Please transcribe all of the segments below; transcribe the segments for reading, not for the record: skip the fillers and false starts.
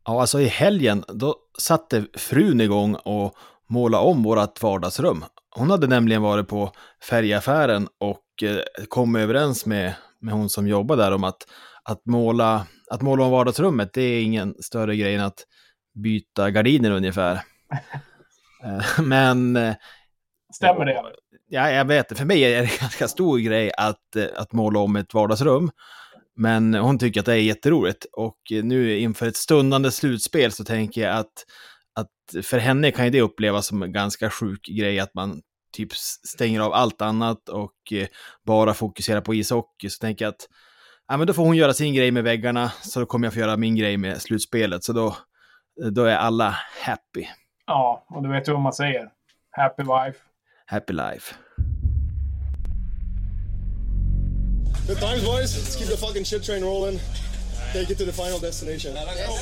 Ja, alltså i helgen då satte frun igång och målade om vårat vardagsrum. Hon hade nämligen varit på färgaffären och kom överens med hon som jobbar där om att måla om vardagsrummet, det är ingen större grej än att byta gardiner ungefär. Men Stämmer det? ja, jag vet det. För mig är det en ganska stor grej att måla om ett vardagsrum. Men hon tycker att det är jätteroligt. Och nu inför ett stundande slutspel så tänker jag att för henne kan ju det upplevas som en ganska sjuk grej. Att man typ stänger av allt annat och bara fokuserar på ishockey. Så tänker jag att ja, men då får hon göra sin grej med väggarna. Så då kommer jag få göra min grej med slutspelet. Så då är alla happy. Ja, och du vet ju vad man säger. Happy wife. Happy life. Good times, boys. Let's keep the fucking shit train rolling. Take it to the final destination.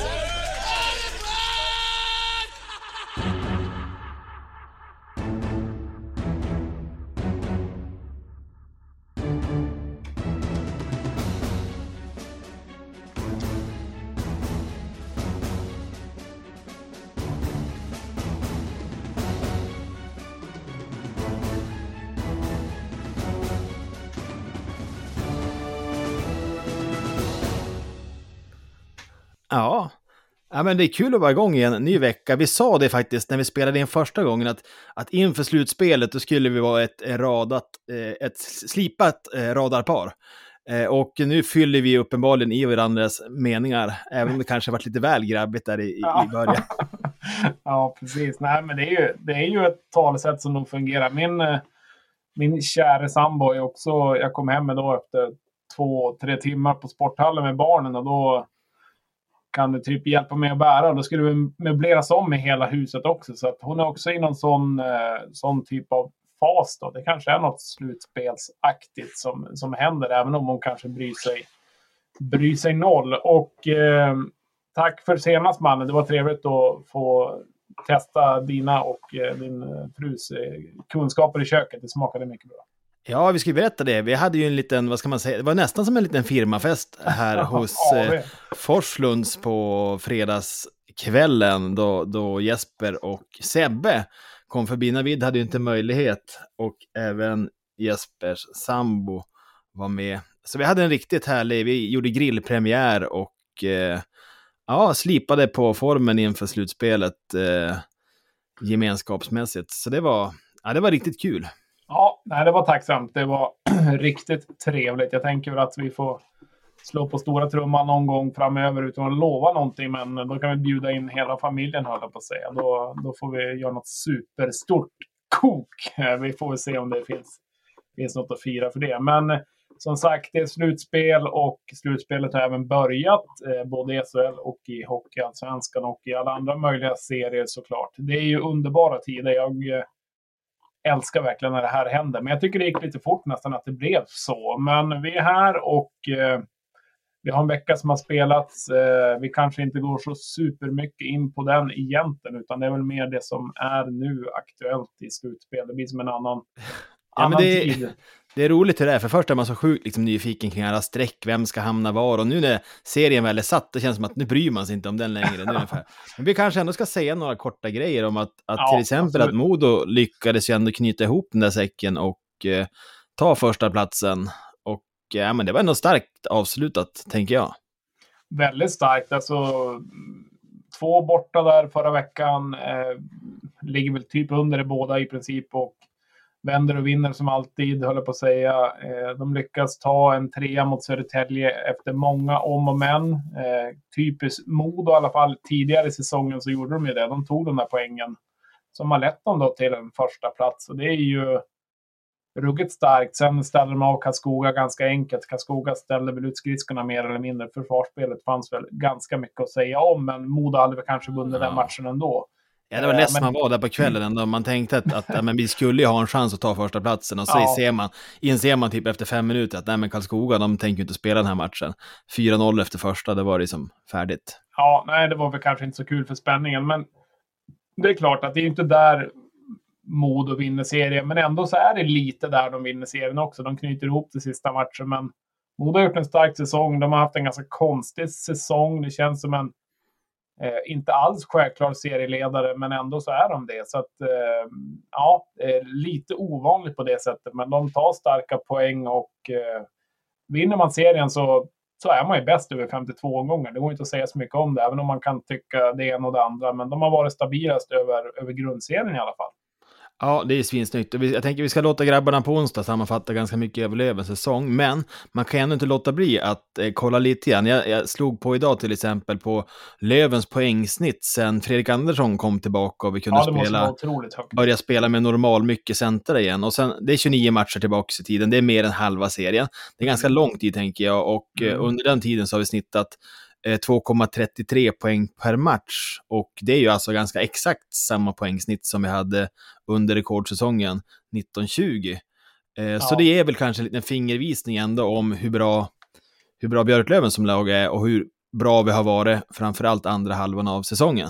Ja, men det är kul att vara igång igen en ny vecka. Vi sa det faktiskt när vi spelade in första gången att inför slutspelet då skulle vi vara ett slipat radarpar. Och nu fyller vi uppenbarligen i varandras meningar, även om det kanske varit lite väl grabbigt där i början. Ja, precis. Nej, men det är ju ett talesätt som nog fungerar. Min kära sambo är också, jag kom hem då efter 2-3 timmar på sporthallen med barnen och då kan du typ hjälpa mig att bära. Och då skulle vi möbleras om i hela huset också. Så att hon är också i någon sån typ av fas då. Det kanske är något slutspelsaktigt som händer. Även om hon kanske bryr sig noll. Och tack för senast, mannen. Det var trevligt att få testa dina och din frus kunskaper i köket. Det smakade mycket bra. Ja, vi ska berätta det. Vi hade ju en liten, vad ska man säga, det var nästan som en liten firmafest här hos Forslunds på fredagskvällen då Jesper och Sebbe kom förbi. Navid hade ju inte möjlighet och även Jespers sambo var med. Så vi hade en riktigt härlig, vi gjorde grillpremiär och slipade på formen inför slutspelet gemenskapsmässigt. Så det var riktigt kul. Ja, nej, det var tacksamt. Det var riktigt trevligt. Jag tänker väl att vi får slå på stora trumman någon gång framöver utan att lova någonting. Men då kan vi bjuda in hela familjen, höll jag på att säga. Då får vi göra något superstort kok. Vi får väl se om det finns något att fira för det. Men som sagt, det är slutspel och slutspelet har även börjat. Både i SHL och i Hockeyallsvenskan och i alla andra möjliga serier såklart. Det är ju underbara tider. Jag älskar verkligen när det här händer. Men jag tycker det gick lite fort nästan att det blev så. Men vi är här och vi har en vecka som har spelats. Vi kanske inte går så supermycket in på den egentligen. Utan det är väl mer det som är nu aktuellt i slutspel. Det blir som en annan tid. Det är roligt hur det är, för först är man så sjukt liksom nyfiken kring alla streck, vem ska hamna var, och nu när serien väl är satt, det känns som att nu bryr man sig inte om den längre. Ungefär. Men vi kanske ändå ska säga några korta grejer om att till exempel absolut. Att Modo lyckades ju ändå knyta ihop den där säcken och ta första platsen. Och men det var ändå starkt avslutat, tänker jag. Väldigt starkt, alltså 2 borta där förra veckan, ligger väl typ under det båda i princip och vänder och vinner som alltid, höll jag på att säga. De lyckas ta en 3 mot Södertälje efter många om och men. Typiskt Modo i alla fall. Tidigare i säsongen så gjorde de ju det. De tog de där poängen som har lett dem då till en första plats. Och det är ju ruggigt starkt. Sen ställde de av Karlskoga ganska enkelt. Karlskoga ställde väl ut skridskorna mer eller mindre. Försvarsspelet fanns väl ganska mycket att säga om. Men Modo hade väl kanske vunnit den matchen ändå. Ja, det var ledsen man var där på kvällen ändå. Man tänkte att men vi skulle ju ha en chans att ta första platsen. Och så inser man typ efter 5 minuter att nej, men Karlskoga, de tänker inte spela den här matchen. 4-0 efter första, det var liksom färdigt. Ja, nej, det var väl kanske inte så kul för spänningen. Men det är klart att det är inte där Modo vinner serien. Men ändå så är det lite där de vinner serien också. De knyter ihop till sista matchen. Men Modo har gjort en stark säsong. De har haft en ganska konstig säsong. Det känns som en Inte alls självklar serieledare, men ändå så är de det. Så att, lite ovanligt på det sättet. Men de tar starka poäng och vinner man serien så är man ju bäst över 52 omgångar. Det går inte att säga så mycket om det, även om man kan tycka det ena och det andra. Men de har varit stabilast över grundserien i alla fall. Ja, det är svinsnyggt. Jag tänker vi ska låta grabbarna på onsdag sammanfatta ganska mycket över Lövens säsong, men man kan ändå inte låta bli att kolla lite grann. Jag slog på idag till exempel på Lövens poängsnitt sen Fredrik Andersson kom tillbaka och vi kunde börja spela med normal mycket center igen. Och sen, det är 29 matcher tillbaka i tiden, det är mer än halva serien. Det är ganska lång tid tänker jag, och under den tiden så har vi snittat 2,33 poäng per match, och det är ju alltså ganska exakt samma poängsnitt som vi hade under rekordsäsongen 1920. Så det är väl kanske en liten fingervisning ändå om hur bra Björklöven som lag är och hur bra vi har varit framförallt andra halvan av säsongen.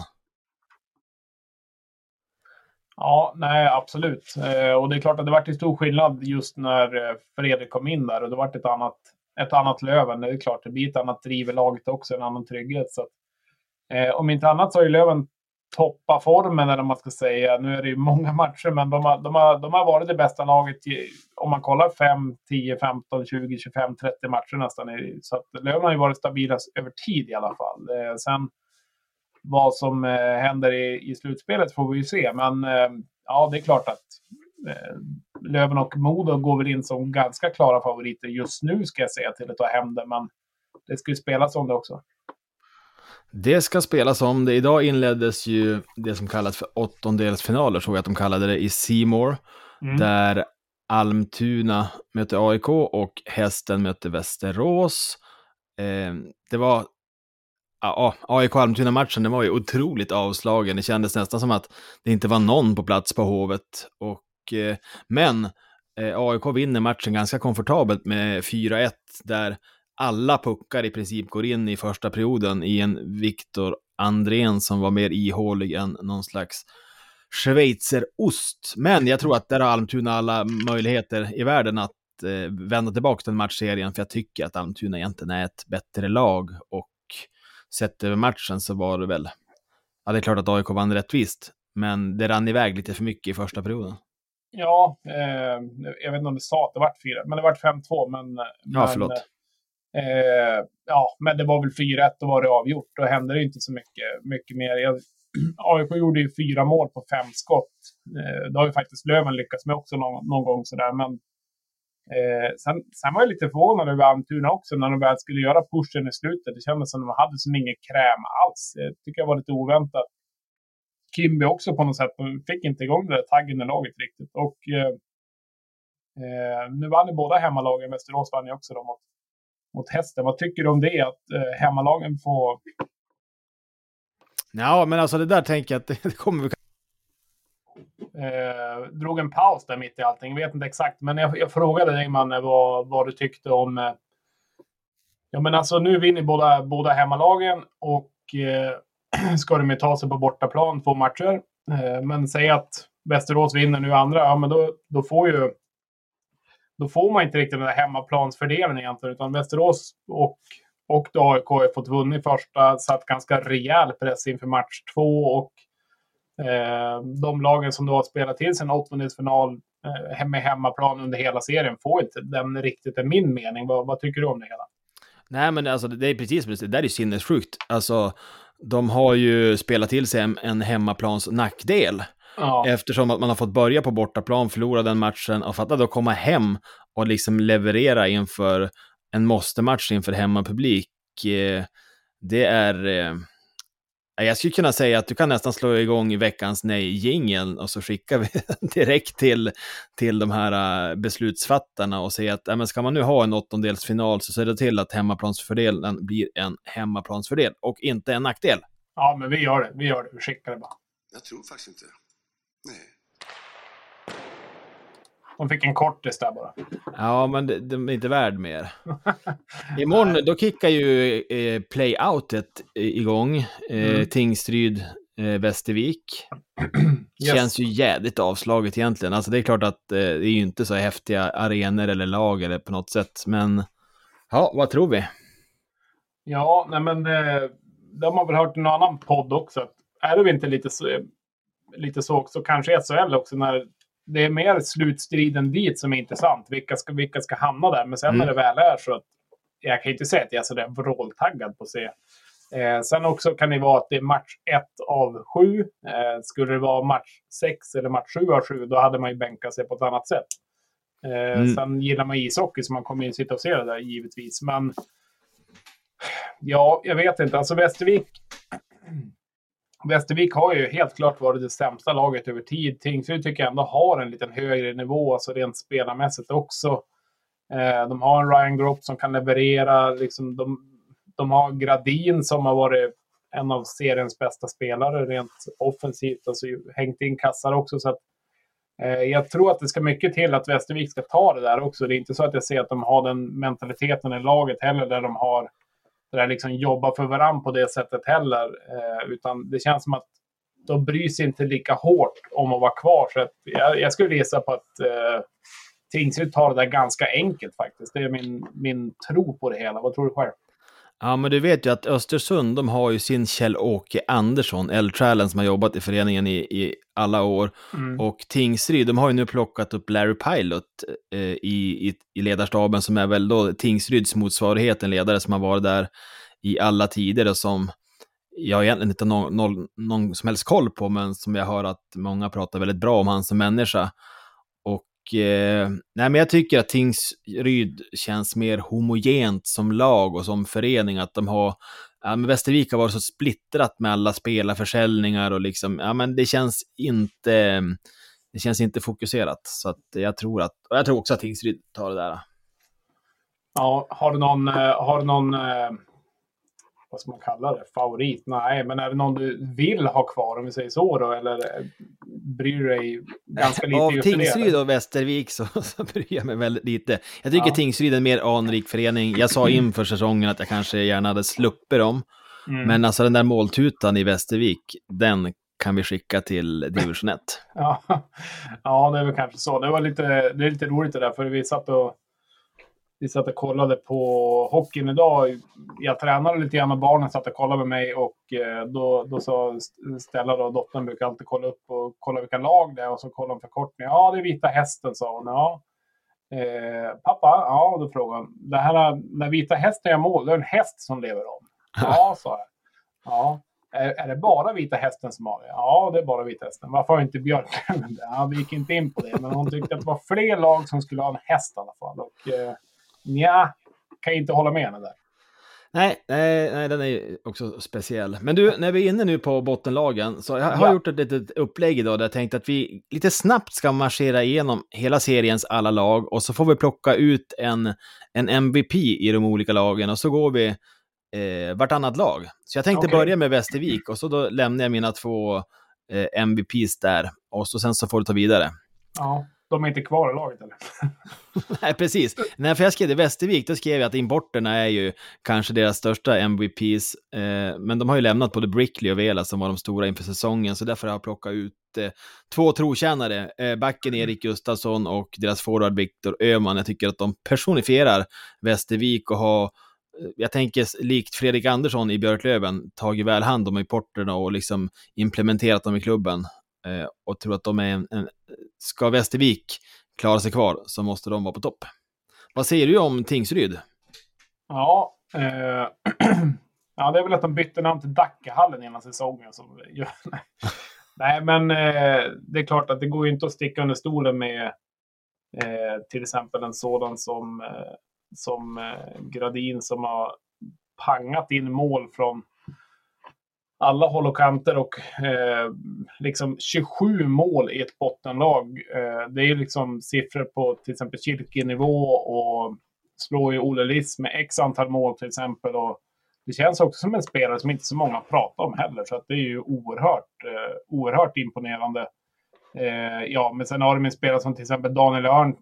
Ja, nej, absolut. Och det är klart att det varit en stor skillnad just när Fredrik kom in där, och det varit ett annat Löven. Det är klart, det blir ett annat driv i laget också, en annan trygghet. Så att, om inte annat så har ju Löven toppat formen, eller man ska säga. Nu är det ju många matcher, men de har varit det bästa laget om man kollar 5, 10, 15, 20, 25, 30 matcher nästan. Så att Löven har ju varit stabilast över tid i alla fall. Sen vad som händer i slutspelet får vi ju se. Men det är klart att Löven och Modo går väl in som ganska klara favoriter just nu, ska jag säga, till att ta hem det, men det ska ju spelas om det också. Det ska spelas om det. Idag inleddes ju det som kallas för åttondelsfinaler, så att de kallade det, i C More, där Almtuna mötte AIK och Hästen mötte Västerås. Det var AIK-Almtuna-matchen, den var ju otroligt avslagen. Det kändes nästan som att det inte var någon på plats på Hovet. Men AIK vinner matchen ganska komfortabelt med 4-1, där alla puckar i princip går in i första perioden i en Viktor Andrén som var mer ihålig än någon slags schweizerost. Men jag tror att där har Almtuna alla möjligheter i världen att vända tillbaka till matchserien, för jag tycker att Almtuna egentligen är ett bättre lag, och sett över matchen så var det väl, det är klart att AIK vann rättvist, men det rann iväg lite för mycket i första perioden. Ja, jag vet inte om du sa att det var 4, men det var 5-2. Förlåt. Men det var väl 4-1 och var det avgjort. Då hände det inte så mycket mer. AIK gjorde ju 4 mål på 5 skott. Det har ju faktiskt Löven lyckats med också någon gång sådär. Men sen var jag lite förvånad över Almtuna också när de väl skulle göra pushen i slutet. Det kändes som att de hade som ingen kräm alls. Jag tycker det var lite oväntat. Kimby också på något sätt. De fick inte igång det där taggen i laget riktigt. Och nu vann ju båda hemmalagen. Västerås vann ju också mot Hästen. Vad tycker du om det? Att hemmalagen får... Ja, men alltså det där tänker jag att det kommer vi... Drog en paus där mitt i allting. Jag vet inte exakt. Men jag frågade dig, Manne, vad du tyckte om... Ja, men alltså nu vinner båda hemmalagen. Och ska de ju ta sig på bortaplan 2 matcher. Men säg att Västerås vinner nu andra. Ja, men då får man inte riktigt den där hemmaplansfördelen egentligen, utan Västerås och AIK har fått vunnit första, satt ganska rejäl press inför match 2, och de lagen som då har spelat till sin åttondelsfinal med hemmaplan under hela serien får inte den riktigt, är min mening. Vad tycker du om det hela? Nej, men alltså det är precis det där är sinnessjukt. Alltså de har ju spelat till sig en hemmaplans nackdel. Ja. Eftersom att man har fått börja på bortaplan, förlora den matchen och fatta då komma hem och liksom leverera inför en måste-match inför hemmapublik. Det är... Jag skulle kunna säga att du kan nästan slå igång i veckans nej-jingeln och så skickar vi direkt till de här beslutsfattarna och säga att men ska man nu ha en åttondelsfinal så ser det till att hemmaplansfördelen blir en hemmaplansfördel och inte en nackdel. Ja, men vi gör det. Vi skickar det bara. Jag tror faktiskt inte. Nej. De fick en kortis där bara. Ja, men de är inte värd mer. Imorgon, då kickar ju playoutet igång. Tingsryd, Västervik. Yes. Känns ju jävligt avslaget egentligen. Alltså det är klart att det är ju inte så häftiga arenor eller lag eller på något sätt. Men ja, vad tror vi? Ja, nej men det har man väl hört i någon annan podd också. Att är det inte lite så också, kanske SHL också, när det är mer slutstriden dit som är intressant. Vilka ska hamna där? Men sen när det väl är så att jag kan inte säga att jag är så där vråltaggad på att se. Sen också kan det vara att det är match 1 av 7. Skulle det vara match 6 eller match 7 av 7, då hade man ju bänkat sig på ett annat sätt. Sen gillar man ishockey, så man kommer ju sitta och se det där givetvis. Men ja, jag vet inte. Alltså Västervik har ju helt klart varit det sämsta laget över tid. Tingsryd tycker jag ändå har en liten högre nivå, alltså rent spelarmässigt också. De har en Ryan Gropp som kan leverera. Liksom de har Gradin som har varit en av seriens bästa spelare rent offensivt. Alltså hängt in kassar också. Så att, jag tror att det ska mycket till att Västervik ska ta det där också. Det är inte så att jag ser att de har den mentaliteten i laget heller, där de har det där liksom jobba för varann på det sättet heller. Utan det känns som att de bryr sig inte lika hårt om att vara kvar. Så att jag skulle gissa på att Tingsryd tar det där ganska enkelt faktiskt. Det är min tro på det hela. Vad tror du själv? Ja, men du vet ju att Östersund, de har ju sin Kjell-Åke Andersson, L-Trallen, som har jobbat i föreningen i alla år. Och Tingsryd, de har ju nu plockat upp Larry Pilot i ledarstaben, som är väl då Tingsryds motsvarighet, en ledare som har varit där i alla tider och som jag egentligen inte har någon som helst koll på, men som jag hör att många pratar väldigt bra om han som människa. Nej, men jag tycker att Tingsryd känns mer homogent som lag och som förening, att de har, men Västervik har varit så splittrat med alla spelarförsäljningar och liksom, men det känns inte fokuserat, så att jag tror också att Tingsryd tar det där. Ja, har du någon vad ska man kalla det, favorit? Nej, men är det någon du vill ha kvar, om vi säger så då, eller bryr du dig ganska lite av just det? Av Tingsryd och Västervik så bryr jag mig väldigt lite. Jag tycker Tingsryd är en mer anrik förening. Jag sa inför säsongen att jag kanske gärna hade sluppit dem. Men alltså den där måltutan i Västervik, den kan vi skicka till Division 1. Ja, det är väl kanske så. Det är lite roligt det där, för vi satt och kollade på hockeyn idag. Jag tränade lite grann och barnen satt och kollade med mig, och då sa Stella då, dottern brukar alltid kolla upp och kolla vilka lag det är, och så kollade de förkortning. Ja, det är Vita Hästen, sa hon. Ja. Pappa, ja, då frågade hon. Det här, när Vita Hästen gör mål, det är en häst som lever om. Ja, sa jag. Ja. Är det bara Vita Hästen som har det? Ja, det är bara Vita Hästen. Varför har inte Björklöven det? Ja, vi gick inte in på det, men hon tyckte att det var fler lag som skulle ha en häst i alla fall. Och kan inte hålla med henne där. Nej, den är också speciell. Men du, när vi är inne nu på bottenlagen, så jag har gjort ett litet upplägg idag där jag tänkte att vi lite snabbt ska marschera igenom hela seriens alla lag, och så får vi plocka ut en MVP i de olika lagen, och så går vi vartannat lag. Så jag tänkte börja med Västervik, och så då lämnar jag mina 2 MVPs där, och så sen så får du ta vidare. Ja. De är inte kvar i laget, eller? Nej, precis. Nej, för jag skrev i Västervik, då skrev jag att importerna är ju kanske deras största MVPs. Men de har ju lämnat både Brickley och Vela som var de stora inför säsongen. Så därför har jag plockat ut 2 trotjänare. Backen Erik Gustafsson och deras forward Viktor Öhman. Jag tycker att de personifierar Västervik och har, jag tänker likt Fredrik Andersson i Björklöven, tagit väl hand om importerna och liksom implementerat dem i klubben. Och tror att de är ska Västervik klara sig kvar, så måste de vara på topp. Vad säger du om Tingsryd? Ja, det är väl att de bytte namn till Dackehallen innan säsongen. Nej, men det är klart att det går ju inte att sticka under stolen med till exempel en sådan som Gradin, som har pangat in mål från alla håll och kanter, och liksom 27 mål i ett bottenlag. Det är ju liksom siffror på till exempel Kilke-nivå, och slår ju Olle Liss med x antal mål till exempel. Och det känns också som en spelare som inte så många pratar om heller, så att det är ju oerhört imponerande. Men sen har de en spelare som till exempel Daniel Örn,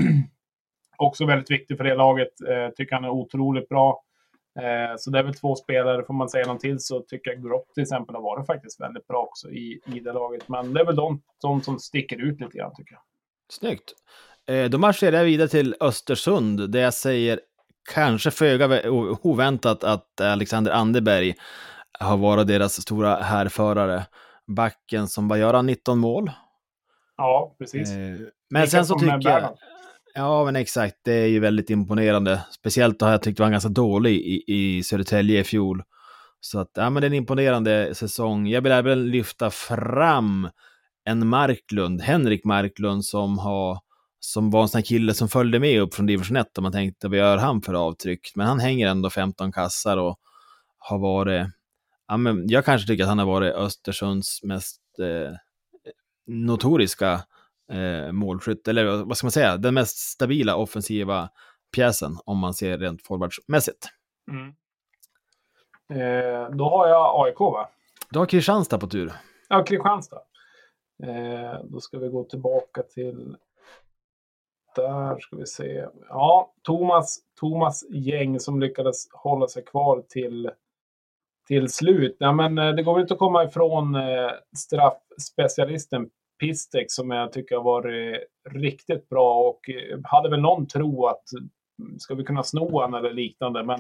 också väldigt viktig för det laget. Tycker han är otroligt bra. Så det är väl 2 spelare, får man säga någon till, så tycker jag Gropp till exempel har varit faktiskt väldigt bra också i det laget. Men det är väl de som sticker ut lite grann, tycker jag. Snyggt. Då marscherar jag vidare till Östersund, där jag säger kanske föga oväntat att Alexander Anderberg har varit deras stora härförare. Backen som bara gör 19 mål. Ja, precis. Men Lika sen så som tycker jag... Bernhard. Ja, men exakt. Det är ju väldigt imponerande. Speciellt har jag tyckt var ganska dålig i Södertälje i fjol. Så att, ja, men det är en imponerande säsong. Jag vill även lyfta fram en Marklund, Henrik Marklund, som var en sån här kille som följde med upp från division 1 och man tänkte, vad gör han för avtryck? Men han hänger ändå 15 kassar och har varit, ja, men jag kanske tycker att han har varit Östersunds mest notoriska målskytt, eller vad ska man säga, den mest stabila offensiva pjäsen om man ser rent forwardsmässigt. Då har jag AIK, va? Du har Kristianstad på tur. Ja, Kristianstad. Då ska vi gå tillbaka till... Där ska vi se. Ja, Thomas gäng som lyckades hålla sig kvar till slut. Ja, men det går väl inte att komma ifrån straffspecialisten Pistek som jag tycker har varit riktigt bra och hade väl någon tro att ska vi kunna sno han eller liknande, men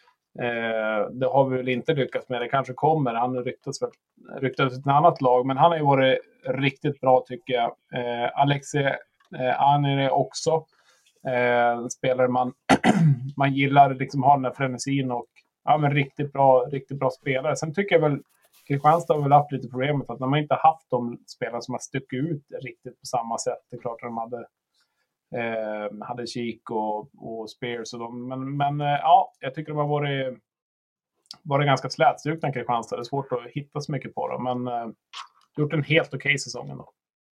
det har vi väl inte lyckats med. Det kanske kommer. Han ryktas till ett annat lag, men han har ju varit riktigt bra tycker jag. Alexei Anire också. Spelare man gillar, liksom har den här frenesin och ja, men riktigt bra spelare. Sen tycker jag väl Kristianstad har väl haft lite problem för att de har inte haft de spelare som har stuckit ut riktigt på samma sätt. Det är klart att de hade Kik och Spears och de, men ja, jag tycker de har varit ganska slätstrukna Kristianstad. Det är svårt att hitta så mycket på dem, men gjort en helt okej säsong ändå.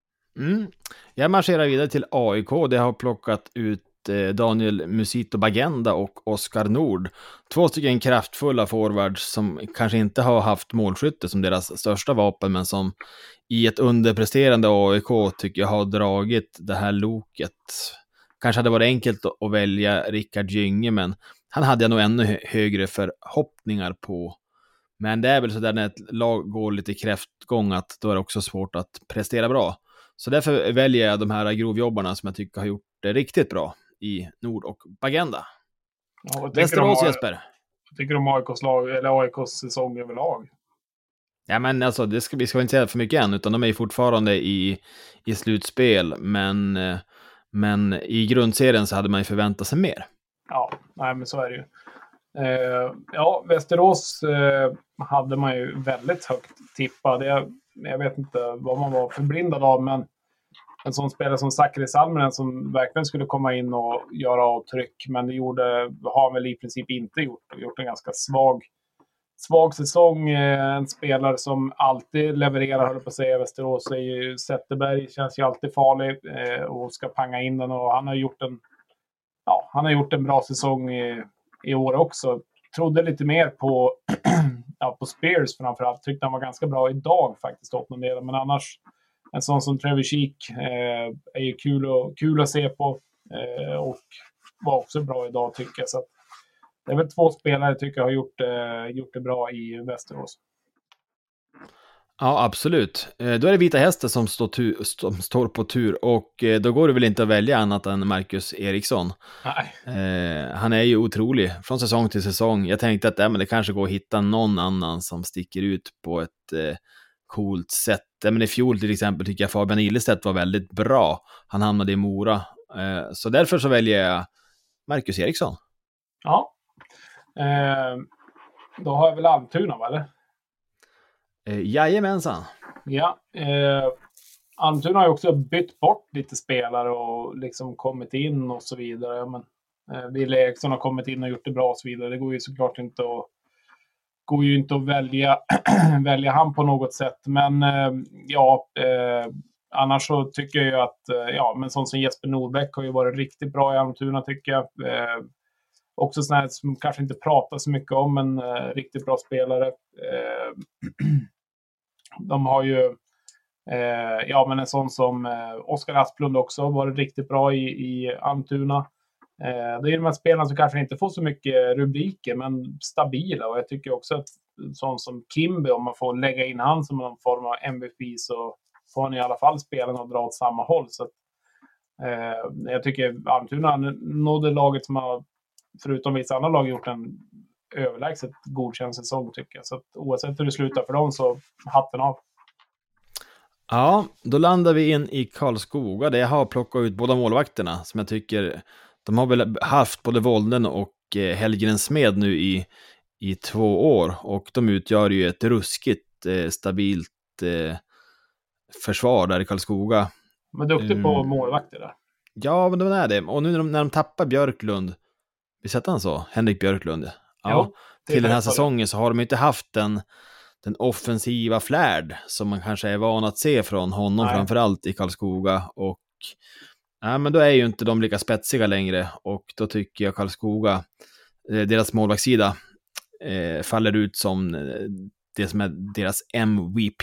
Jag marscherar vidare till AIK. Det har plockat ut Daniel Musito Bagenda och Oskar Nord. 2 stycken kraftfulla forwards som kanske inte har haft målskytte som deras största vapen, men som i ett underpresterande AIK tycker jag har dragit det här loket. Kanske hade varit enkelt att välja Rickard Gynge, men han hade jag nog ännu högre förhoppningar på. Men det är väl så där när ett lag går lite kräftgång att då är det också svårt att prestera bra. Så därför väljer jag de här grovjobbarna som jag tycker har gjort det riktigt bra i Nord och Bagenda. Ja, Västerås, Jesper. Jag tycker om AIKs lag, eller AIKs säsong överlag. Ja, men alltså, vi ska inte säga för mycket än, utan de är ju fortfarande i slutspel, men i grundserien så hade man ju förväntat sig mer. Ja, nej, men så är det ju. Ja, Västerås hade man ju väldigt högt tippad. Jag vet inte vad man var förblindad av, men en sån spelare som Zachary Salminen som verkligen skulle komma in och göra avtryck, men det har han väl i princip inte gjort en ganska svag säsong. En spelare som alltid levererar, höll på att säga. Västerås är ju Zetterberg, känns ju alltid farlig och ska panga in den, och han har gjort en bra säsong i år också. Trodde lite mer på på Spears framförallt. Tyckte han var ganska bra idag faktiskt, men annars en sån som Trevor Kik är ju kul att se på och var också bra idag tycker jag. Så det är väl 2 spelare tycker jag har gjort det bra i Västerås. Ja, absolut. Då är det Vita Hästen som står på tur, och då går det väl inte att välja annat än Marcus Eriksson. Nej. Han är ju otrolig från säsong till säsong. Jag tänkte att men det kanske går att hitta någon annan som sticker ut på ett coolt sätt. Men i fjol till exempel tycker jag Fabian Illestedt var väldigt bra. Han hamnade i Mora. Så därför så väljer jag Marcus Eriksson. Ja. Då har jag väl Almtuna, va, eller? Jajamensan. Ja. Almtuna har ju också bytt bort lite spelare och liksom kommit in och så vidare. Men Wille Eriksson har kommit in och gjort det bra och så vidare. Det går ju såklart inte att välja han på något sätt. Men annars så tycker jag ju att men sån som Jesper Nordbäck har ju varit riktigt bra i Almtuna tycker jag. Också sådana här som kanske inte pratar så mycket om, men riktigt bra spelare. De har ju men en sån som Oskar Asplund också varit riktigt bra i Almtuna. Det är de här spelarna som kanske inte får så mycket rubriker, men stabila. Och jag tycker också att sån som Kimby, om man får lägga in han som någon form av MVP, så får han i alla fall spelarna att dra åt samma håll. Så att, jag tycker Almtuna nådde laget som har, förutom vissa andra lag, gjort en överlägset godkänd säsong tycker jag. Så att oavsett hur det slutar för dem så hatten av. Ja, då landar vi in i Karlskoga där jag har plockat ut båda målvakterna som jag tycker, de har väl haft både Volden och Hellgren Smed nu i 2 år och de utgör ju ett ruskigt stabilt försvar där i Karlskoga. Men duktig på målvakter där. Ja, men de är det. Och nu när de tappar Björklund, vi sätter han så, Henrik Björklund, ja, till den här säsongen så har de inte haft den offensiva flärd som man kanske är van att se från honom, framförallt i Karlskoga. Och men då är ju inte de lika spetsiga längre och då tycker jag Karlskoga, deras målvaktssida faller ut som det som är deras MVP.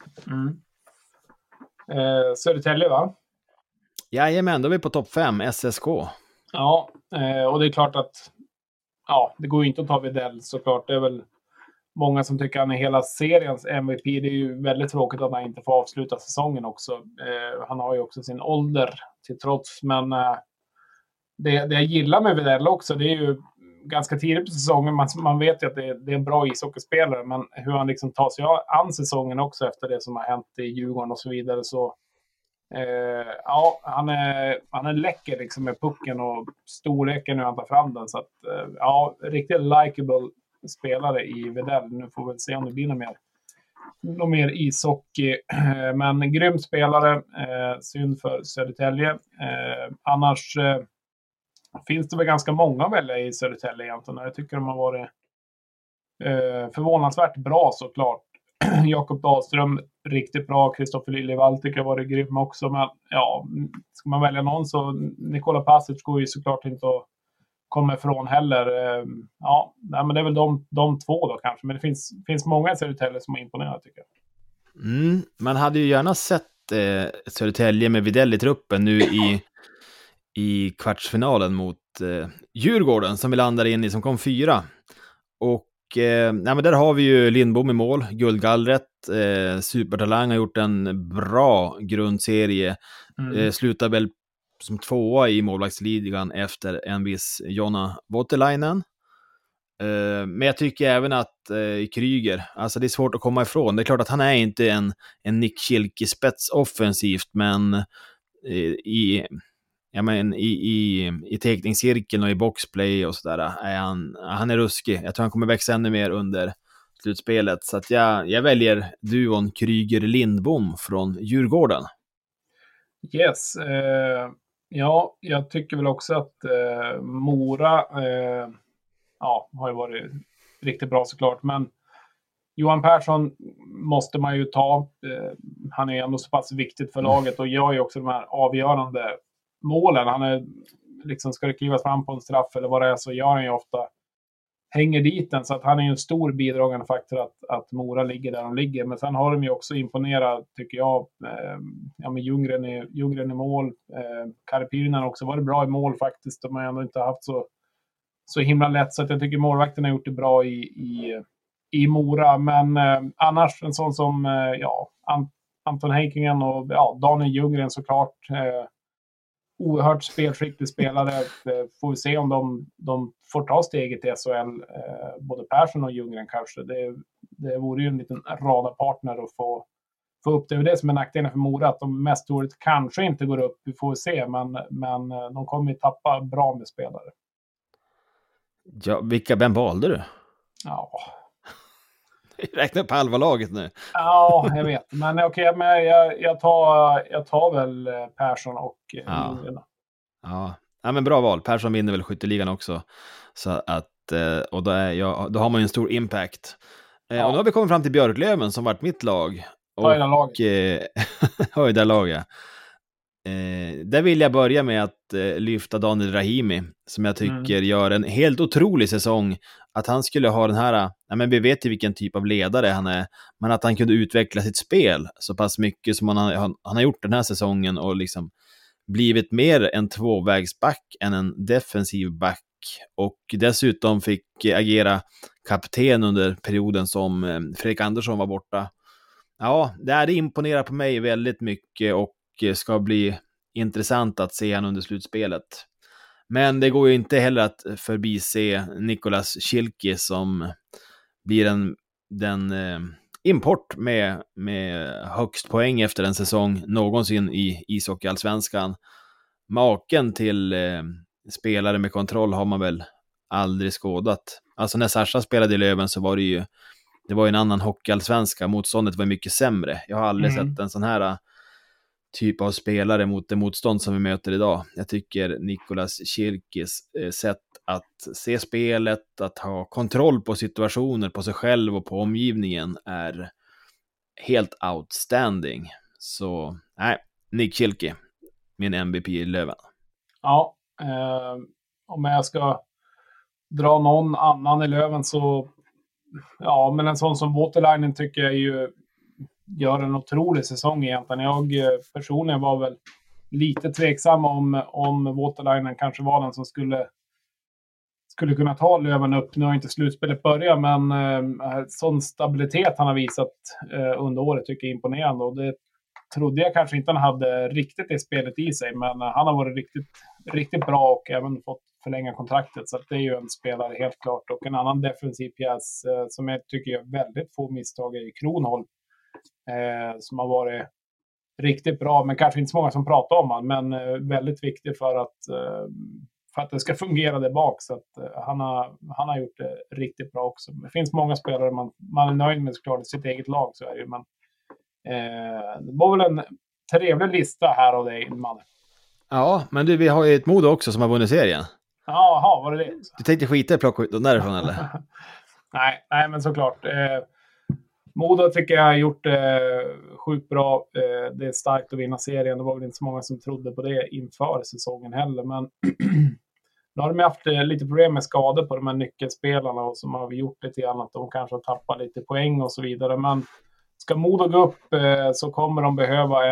Södertälje va? Jajamän, då är vi på topp 5, SSK. Ja, och det är klart att det går ju inte att ta Widell såklart. Det är väl många som tycker han är hela seriens MVP. Det är ju väldigt tråkigt att han inte får avsluta säsongen också. Han har ju också sin ålder till trots. Men det jag gillar med Widell också, det är ju ganska tidigt på säsongen. Man vet ju att det är en bra ishockeyspelare. Men hur han liksom tar sig an säsongen också efter det som har hänt i Djurgården och så vidare. Så han är läcker liksom med pucken och storleken när han tar fram den. Så att riktigt likeable spelare i Widell. Nu får vi väl se om det blir något mer ishockey. Men grym spelare. Synd för Södertälje. Annars finns det väl ganska många att välja i Södertälje egentligen. Jag tycker de har varit förvånansvärt bra såklart. Jakob Dahlström riktigt bra. Kristoffer Liljevall tycker jag var grym också. Men ska man välja någon så Nikola Pasic går ju såklart inte att komma ifrån heller. Men det är väl de två då kanske. Men det finns många i Södertälje som är imponerade tycker jag. Man hade ju gärna sett Södertälje med Widell i truppen nu i kvartsfinalen mot Djurgården som vi landade in i, som kom 4. Och men där har vi ju Lindbom i mål, guldgallret, supertalang, har gjort en bra grundserie, slutar väl som 2:a i målvaktsligan efter en viss Jonna Voutilainen. Men jag tycker även att Kryger, alltså det är svårt att komma ifrån. Det är klart att han är inte en Nick Schilke spets offensivt, men i teckningscirkeln och i boxplay och sådär är han är ruskig. Jag tror han kommer växa ännu mer under slutspelet. Så att jag väljer duon Kryger-Lindbom från Djurgården. Yes. Jag tycker väl också att Mora har ju varit riktigt bra såklart. Men Johan Persson måste man ju ta. Han är ändå så pass viktigt för laget och gör ju också de här avgörande målen. Han är liksom, ska det klivas fram på en straff eller vad det är, så gör han ju ofta, hänger dit den, så att han är ju en stor bidragande faktor att Mora ligger där de ligger. Men sen har de ju också imponerat tycker jag, med Ljunggren i mål, Karpinen har också varit bra i mål faktiskt. De har ändå inte haft så himla lätt, så att jag tycker målvakten har gjort det bra i Mora. Men annars en sån som Anton Heikkinen och Daniel Ljunggren såklart, oerhört spelskicklig spelare. Får vi se om de får ta steget i SHL, både Persson och Ljunggren kanske. Det vore ju en liten radarpartner att få upp det. Det som är nackdelen för Mora, att de mest troligt kanske inte går upp. Vi får se, men de kommer ju tappa bra med spelare. Ja, vem valde du? Ja. Räkna upp halva laget nu. Ja, jag vet. Men okej, men jag tar väl Persson och Ljunggren. Ja, men bra val. Persson vinner väl skytteligan också. Så att, och då har man ju en stor impact. Och då har vi kommit fram till Björklöven som varit mitt lag. Höjda laget. Där vill jag börja med att lyfta Daniel Rahimi, som jag tycker gör en helt otrolig säsong. Att han skulle ha den här, men vi vet ju vilken typ av ledare han är, men att han kunde utveckla sitt spel så pass mycket som han har gjort den här säsongen och liksom blivit mer en tvåvägsback än en defensiv back, och dessutom fick agera kapten under perioden som Fredrik Andersson var borta. Ja, det imponerar på mig väldigt mycket och ska bli intressant att se han under slutspelet. Men det går ju inte heller att förbise Nicolas Schilke som blir den import med högst poäng efter en säsong någonsin i ishockeyallsvenskan. Maken till spelare med kontroll har man väl aldrig skådat. Alltså när Sasha spelade i Löven så var det var en annan hockeyallsvenska. Motståndet var mycket sämre. Jag har aldrig sett en sån här typ av spelare mot det motstånd som vi möter idag. Jag tycker Nicolas Schilkes sätt att se spelet, att ha kontroll på situationer, på sig själv och på omgivningen är helt outstanding. Så nej, Nick Schilke, min MVP i Löven. Ja, om jag ska dra någon annan i Löven så ja, men en sån som Waterlinen tycker jag ju gör en otrolig säsong egentligen. Jag personligen var väl lite tveksam om Waterlinen kanske var den som skulle kunna ta Löven upp. Nu har inte slutspelet börjat, men sån stabilitet han har visat under året tycker jag är imponerande. Och det trodde jag kanske inte han hade riktigt det spelet i sig, men han har varit riktigt, riktigt bra och även fått förlänga kontraktet. Så att det är ju en spelare helt klart. Och en annan defensiv pjäs som jag tycker gör väldigt få misstag är Kronholm. Som har varit riktigt bra, men kanske inte så många som pratar om han, men väldigt viktig för att det ska fungera där bak. Så att han har gjort det riktigt bra också. Det finns många spelare man är nöjd med såklart i sitt eget lag, så är det ju, men det var väl en trevlig lista här av dig, man. Ja, men vi har ju ett Modo också som har vunnit serien. Jaha, var det det? Du tänkte skita i plocka ut dem därifrån eller? nej, men såklart. Modo tycker jag har gjort det sjukt bra. Det är starkt att vinna serien. Det var väl inte så många som trodde på det inför säsongen heller. Men nu har de haft lite problem med skador på de här nyckelspelarna och som har gjort lite grann att de kanske har tappat lite poäng och så vidare. Men ska Modo gå upp så kommer de behöva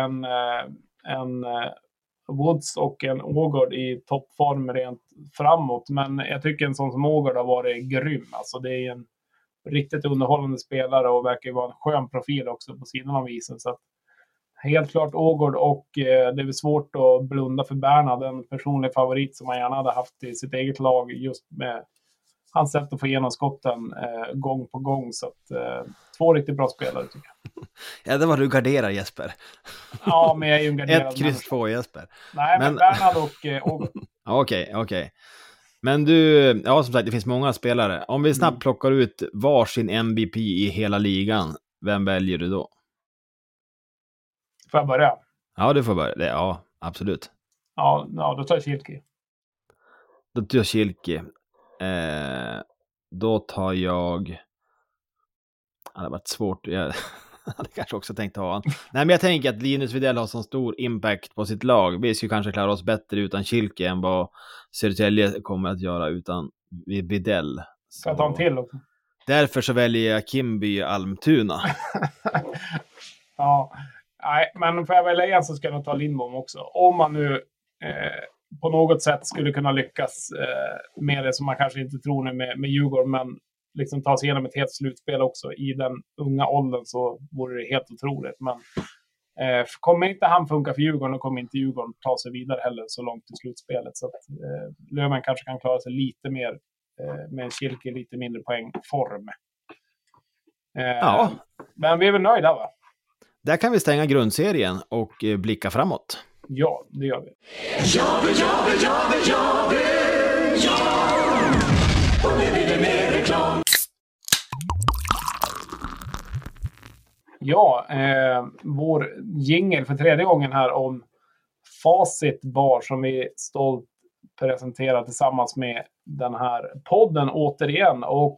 en Woods och en Ågård i toppform rent framåt. Men jag tycker en sån som Ågård har varit grym. Alltså det är en riktigt underhållande spelare och verkar ju vara en skön profil också på sidan av isen. Så att helt klart Ågård, och det är väl svårt att blunda för Bernhard, en personlig favorit som man gärna hade haft i sitt eget lag just med hans sätt att få igenom skotten gång på gång. Så att två riktigt bra spelare tycker jag. Ja, det var du garderar, Jesper. Ja, men jag är ju en garderad 1-2 Jesper. Nej, men Bernhard och Ågård. Okej. Men du, ja som sagt, det finns många spelare. Om vi snabbt plockar ut varsin MVP i hela ligan, vem väljer du då? Får jag börja? Ja, du får börja. Ja, absolut. Ja, då tar jag Schilke. Då tar jag Schilke. Då tar jag... Det hade varit svårt. Jag hade kanske också tänkt ha han. Nej, men jag tänker att Linus Widell har så stor impact på sitt lag. Vi skulle kanske klara oss bättre utan Schilke än vad Södertälje kommer att göra utan Widell. Ska jag ta en till också? Därför så väljer jag Kimby Almtuna. Ja, nej, men får jag välja en så ska jag nog ta Lindbom också. Om man nu på något sätt skulle kunna lyckas med det som man kanske inte tror nu med Djurgården, men liksom ta sig igenom ett helt slutspel också i den unga åldern, så vore det helt otroligt. Men kommer inte han funka för Djurgården, och kommer inte Djurgården ta sig vidare heller så långt i slutspelet. Så att Löven kanske kan klara sig lite mer med en Schilke lite mindre poängform. Ja. Men vi är väl nöjda, va? Där kan vi stänga grundserien och blicka framåt. Ja, det gör vi. Och nu blir det mer reklam. Ja, vår jingle för tredje gången här om Facit Bar som vi stolt presenterar tillsammans med den här podden återigen. Och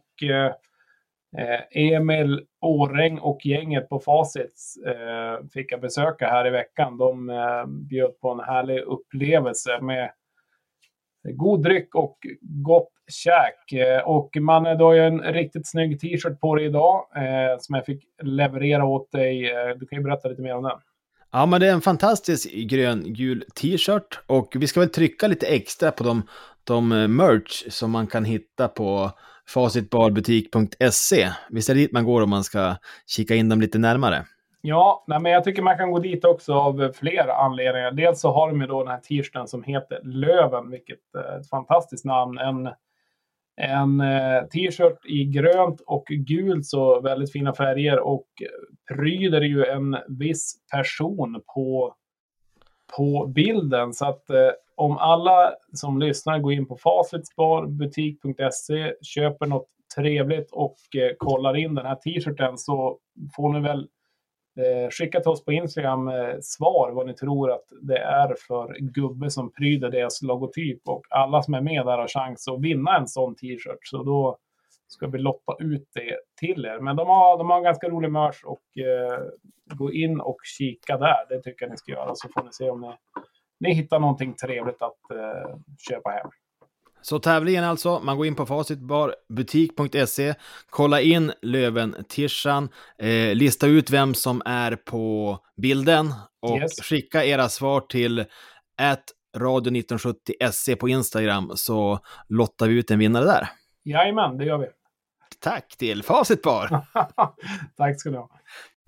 Emil Åreng och gänget på Facit fick jag besöka här i veckan. De bjöd på en härlig upplevelse med god dryck och gott käk. Och man har ju en riktigt snygg t-shirt på dig idag som jag fick leverera åt dig. Du kan ju berätta lite mer om den. Ja, men det är en fantastisk grön-gul t-shirt och vi ska väl trycka lite extra på de merch som man kan hitta på facitbarbutik.se. Visst är det dit man går om man ska kika in dem lite närmare. Ja, men jag tycker man kan gå dit också av flera anledningar. Dels så har de ju då den här t-shirten som heter Löven, vilket är ett fantastiskt namn. En t-shirt i grönt och gult, så väldigt fina färger, och pryder ju en viss person på bilden. Så att om alla som lyssnar går in på facitspar.butik.se, köper något trevligt och kollar in den här t-shirten, så får ni väl skicka till oss på Instagram svar vad ni tror att det är för gubbe som pryder deras logotyp, och alla som är med där har chans att vinna en sån t-shirt, så då ska vi lotta ut det till er. Men de har ganska rolig merch, och gå in och kika där, det tycker jag ni ska göra, så får ni se om ni hittar någonting trevligt att köpa hem. Så tävlingen alltså, man går in på facitbarbutik.se, kolla in Löven-tishan, lista ut vem som är på bilden och skicka era svar till @radio1970se på Instagram, så lottar vi ut en vinnare där. Jajamän, det gör vi. Tack till Facitbar. Tack ska du ha.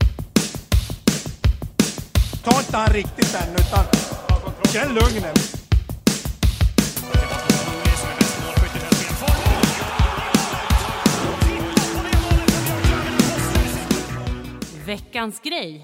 Ta inte han riktigt än, utan känn lugnen. Veckans grej.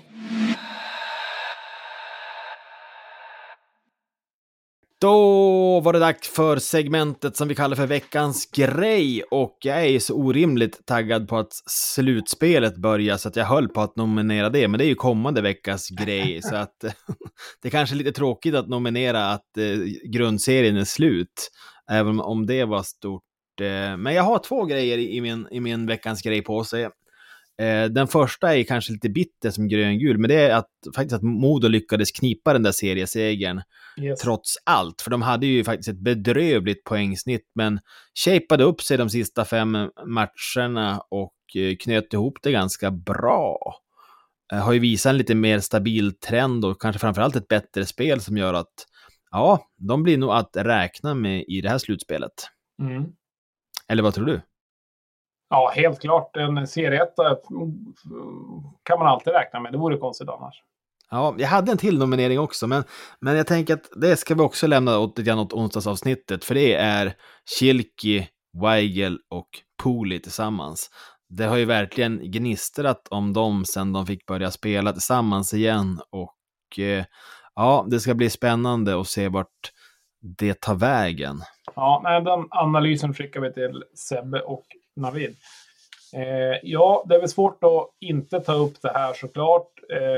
Då var det dags för segmentet som vi kallar för veckans grej, och jag är så orimligt taggad på att slutspelet börjar så att jag höll på att nominera det, men det är ju kommande veckas grej så att det är kanske lite tråkigt att nominera att grundserien är slut, även om det var stort. Men jag har 2 grejer i min veckans grej på sig. Den första är kanske lite bitter som gröngul, men det är faktiskt att Modo lyckades knipa den där seriesegern trots allt, för de hade ju faktiskt ett bedrövligt poängsnitt, men shapeade upp sig de sista 5 matcherna och knöt ihop det ganska bra. Har ju visat en lite mer stabil trend och kanske framförallt ett bättre spel som gör att de blir nog att räkna med i det här slutspelet. Eller vad tror du? Ja, helt klart. En serieetta kan man alltid räkna med. Det vore konstigt annars. Ja, jag hade en till nominering också, men jag tänker att det ska vi också lämna åt onsdagsavsnittet, för det är Schilke, Weigel och Pooley tillsammans. Det har ju verkligen gnistrat om dem sedan de fick börja spela tillsammans igen, och det ska bli spännande att se vart det tar vägen. Ja, den analysen skickar vi till Sebbe och Navid. Det är väl svårt att inte ta upp det här såklart.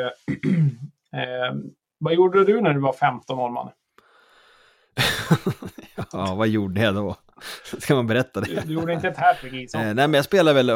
Vad gjorde du när du var 15 år, man? Ja, vad gjorde jag då? Ska man berätta det? Du gjorde inte ett hattrick i så. Nej, men jag spelar väl...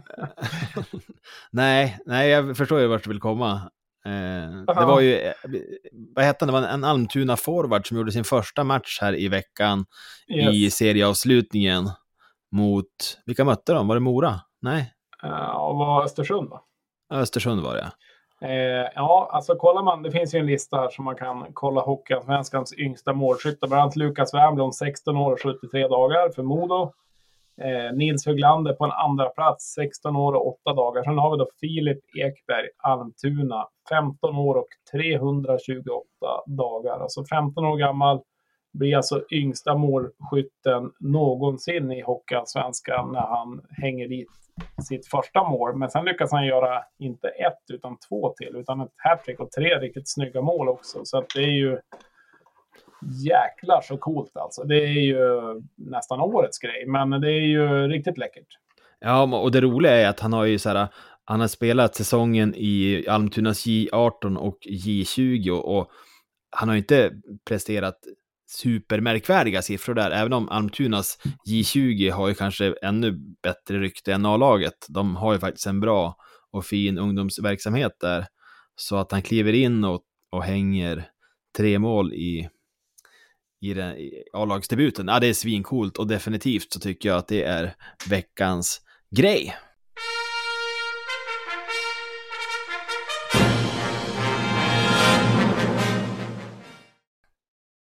nej, jag förstår ju vart du vill komma. Det var ju, vad hette det? Det var en Almtuna forward som gjorde sin första match här i veckan i serieavslutningen mot, vilka mötte de? Var det Mora? Nej. Var Östersund, va? Östersund var det. Alltså kollar man, det finns ju en lista här som man kan kolla Hockeyallsvenskans yngsta målskyttar, bland annat Lukas Wernbloom 16 år och 73 dagar för Modo. Nils Höglander på en andra plats 16 år och 8 dagar. Sen har vi då Filip Ekberg, Almtuna 15 år och 328 dagar. Alltså 15 år gammal, blir alltså yngsta målskytten någonsin i Hockeyallsvenskan när han hänger dit sitt första mål. Men sen lyckas han göra inte 1 utan 2 till, utan ett hattrick och 3 riktigt snygga mål också. Så att det är ju jäklar så coolt alltså. Det är ju nästan årets grej, men det är ju riktigt läckert. Ja, och det roliga är att han har ju han har spelat säsongen i Almtunas J18 och J20 och han har ju inte presterat supermärkvärdiga siffror där, även om Almtunas J20 har ju kanske ännu bättre rykte än A-laget. De har ju faktiskt en bra och fin ungdomsverksamhet där, så att han kliver in och hänger 3 mål i A-lagsdebuten. Ja, det är svincoolt, och definitivt så tycker jag att det är veckans grej.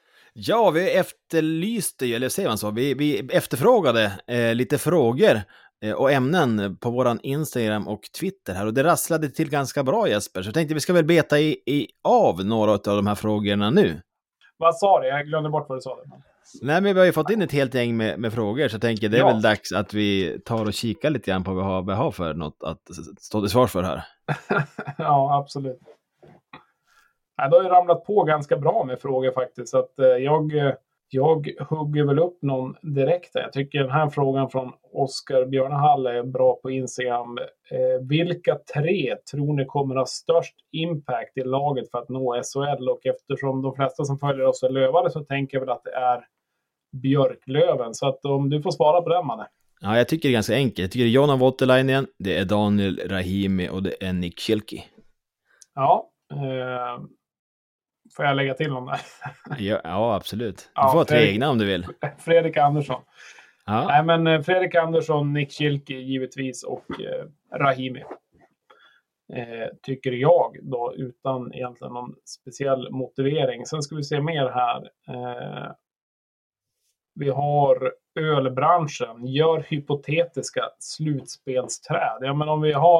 Ja, vi efterlyste, eller säger man så, vi efterfrågade lite frågor och ämnen på våran Instagram och Twitter här. Och det rasslade till ganska bra, Jesper. Så jag tänkte vi ska väl beta av några av de här frågorna nu. Vad sa du? Jag glömde bort vad du sa. Nej, men vi har ju fått in ett helt gäng med frågor, så jag tänker det är väl dags att vi tar och kikar lite grann på vad vi har för något att stå till svars för här. Ja, absolut. Ja, det har ju ramlat på ganska bra med frågor faktiskt. Så att jag hugger väl upp någon direkt. Jag tycker den här frågan från Oskar Björnehall är bra på Instagram. Vilka 3 tror ni kommer ha störst impact i laget för att nå SHL? Och eftersom de flesta som följer oss är lövare så tänker jag väl att det är Björklöven. Så att om du får svara på den, Manne. Ja, jag tycker det är ganska enkelt. Jag tycker det är Jonna Voutilainen, det är Daniel Rahimi och det är Nick Schilke. Ja, får jag lägga till någon där? Ja, absolut. Du får 3 egna om du vill. Fredrik Andersson. Ja. Nej, men Fredrik Andersson, Nick Schilke givetvis och Rahimi. Tycker jag då, utan egentligen någon speciell motivering. Sen ska vi se mer här. Vi har ölbranschen. Gör hypotetiska slutspelsträd. Ja, men om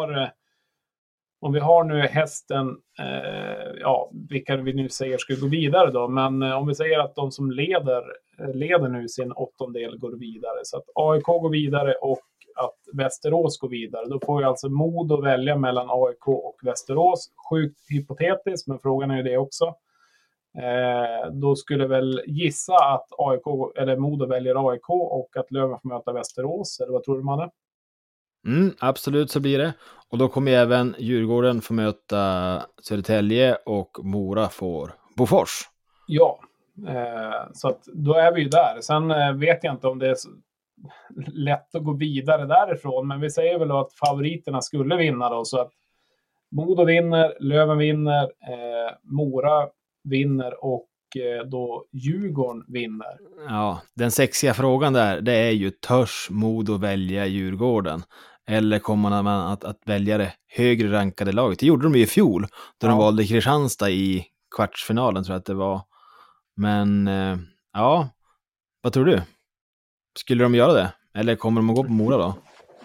vi har nu hästen, vilka vi nu säger ska gå vidare då. Men om vi säger att de som leder nu sin 8:e går vidare. Så att AIK går vidare och att Västerås går vidare. Då får vi alltså Modo välja mellan AIK och Västerås. Sjukt hypotetiskt, men frågan är ju det också. Då skulle väl gissa att AIK eller Modo väljer AIK och att Löven får möta Västerås. Eller vad tror du, Manne? Absolut, så blir det. Och då kommer även Djurgården få möta Södertälje och Mora får Bofors. Ja, så att då är vi ju där. Sen vet jag inte om det är så lätt att gå vidare därifrån, men vi säger väl att favoriterna skulle vinna då, så att Modo vinner, Löven vinner, Mora vinner och då Djurgården vinner. Ja, den sexiga frågan där, det är ju, törs Modo välja Djurgården? Eller kommer man att välja det högre rankade laget? Det gjorde de ju i fjol, då de valde Kristianstad i kvartsfinalen, tror jag att det var. Men vad tror du? Skulle de göra det? Eller kommer de att gå på Mora då?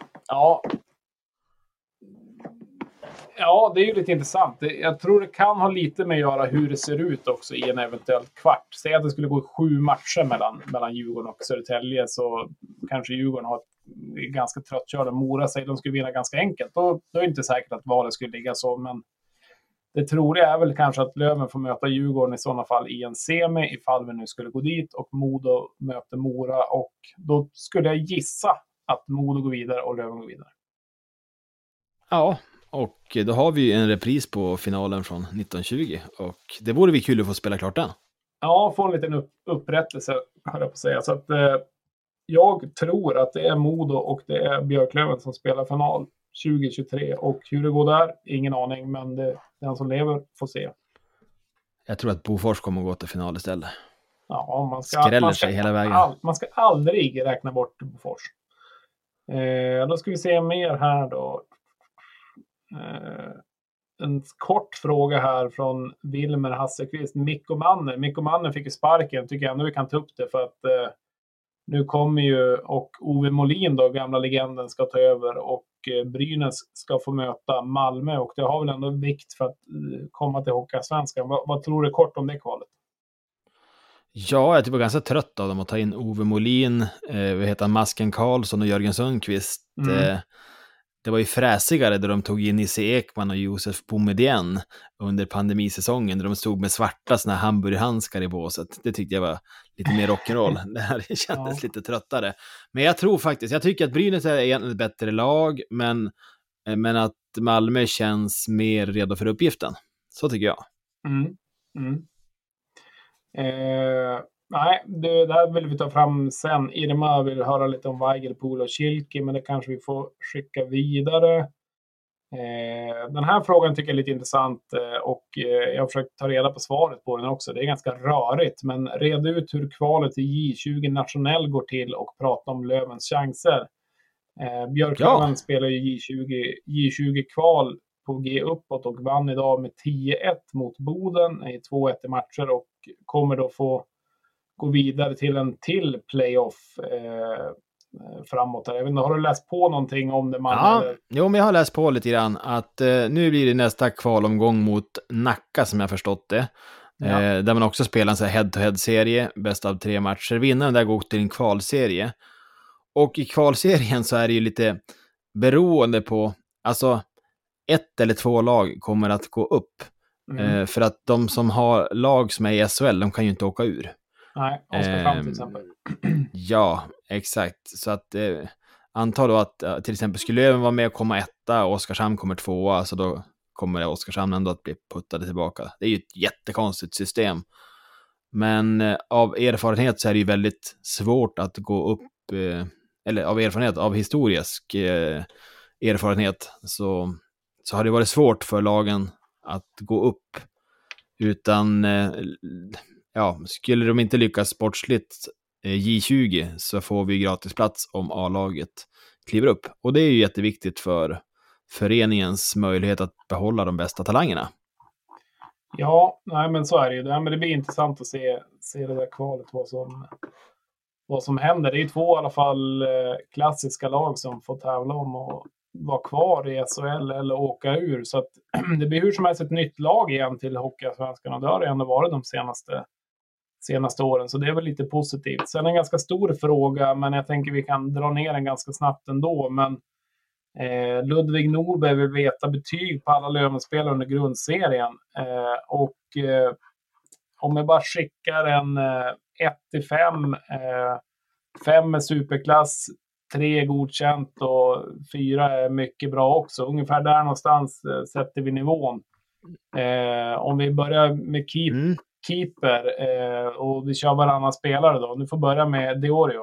Ja, det är ju lite intressant. Jag tror det kan ha lite med att göra hur det ser ut också i en eventuell kvart. Säg att det skulle gå 7 matcher mellan Djurgården och Södertälje, så kanske Djurgården har ganska tröttkörda. Mora säger de skulle vinna ganska enkelt. Då är det inte säkert att valet skulle ligga så, men det troliga är väl kanske att Löven får möta Djurgården i sådana fall i en semi, ifall vi nu skulle gå dit, och Modo möter Mora, och då skulle jag gissa att Modo går vidare och Löven går vidare. Ja, och då har vi ju en repris på finalen från 1920, och det vore vi kul att få spela klart den. Ja, få en liten upprättelse, höll jag på att säga. Så att jag tror att det är Modo och det är Björklöven som spelar final 2023, och hur det går där, ingen aning, men den som lever får se. Jag tror att Bofors kommer att gå till final istället. Ja, man ska hela vägen. Man ska aldrig räkna bort Bofors. Då ska vi se mer här då. En kort fråga här från Wilmer Hasselqvist. Mikko Manner fick ju sparken. Tycker jag ändå vi kan ta upp det, för att nu kommer ju, och Ove Molin då, gamla legenden, ska ta över, och Brynäs ska få möta Malmö, och det har väl ändå vikt för att komma till Hockeyallsvenskan. Vad tror du kort om det kvalet? Ja, jag typ var ganska trött av dem att ta in Ove Molin, Masken Karlsson och Jörgen Sundqvist. Det var ju fräsigare då de tog in Nisse Ekman och Josef Boumedienne under pandemisäsongen, där de stod med svarta såna här hamburgerhandskar i båset. Det tyckte jag var lite mer rock'n'roll. Det här kändes lite tröttare. Men jag tycker att Brynäs är egentligen ett bättre lag, men att Malmö känns mer redo för uppgiften. Så tycker jag. Nej, det där vill vi ta fram sen. Irma vill höra lite om Weigelpool och Schilke, men det kanske vi får skicka vidare. Den här frågan tycker jag är lite intressant, och jag har försökt ta reda på svaret på den också. Det är ganska rörigt, men red ut hur kvalet i J20 nationell går till och prata om Lövens chanser. Björklöven spelar ju J20-kval på G uppåt och vann idag med 10-1 mot Boden i 2-1 i matcher, och kommer då få gå vidare till en till playoff framåt. Jag vet inte, har du läst på någonting om det? Jo, men jag har läst på lite grann att nu blir det nästa kvalomgång mot Nacka som jag förstått det. Ja. Där man också spelar en så här head-to-head-serie, bäst av 3 matcher. Vinnaren där går till en kvalserie. Och i kvalserien så är det ju lite beroende på, alltså 1 eller 2 lag kommer att gå upp. För att de som har lag som är i SHL, de kan ju inte åka ur. Nej, Oskarshamn till exempel. Ja, exakt. Så att anta då att till exempel skulle Löven vara med och komma 1 och Oskarshamn kommer 2, så då kommer Oskarshamn ändå att bli puttade tillbaka. Det är ju ett jättekonstigt system. Men av erfarenhet så är det ju väldigt svårt att gå upp, eller av historisk erfarenhet så har det varit svårt för lagen att gå upp. Utan skulle de inte lyckas sportsligt J20 så får vi gratisplats om A-laget kliver upp. Och det är ju jätteviktigt för föreningens möjlighet att behålla de bästa talangerna. Ja, nej, men så är det ju. Men det blir intressant att se det där kvalet, vad som händer. Det är ju 2 i alla fall klassiska lag som får tävla om att vara kvar i SHL eller åka ur. Så att det blir hur som helst ett nytt lag igen till Hockeyallsvenskan, och det har det ändå varit de senaste åren. Så det är väl lite positivt. Sen en ganska stor fråga, men jag tänker vi kan dra ner den ganska snabbt ändå. Men Ludvig Norberg vill veta betyg på alla Lövenspelare under grundserien. Om jag bara skickar en 1-5, 5 är superklass, 3 är godkänt och 4 är mycket bra också. Ungefär där någonstans sätter vi nivån. Om vi börjar med keeper och vi kör varannan spelare då. Du får börja med Diorio.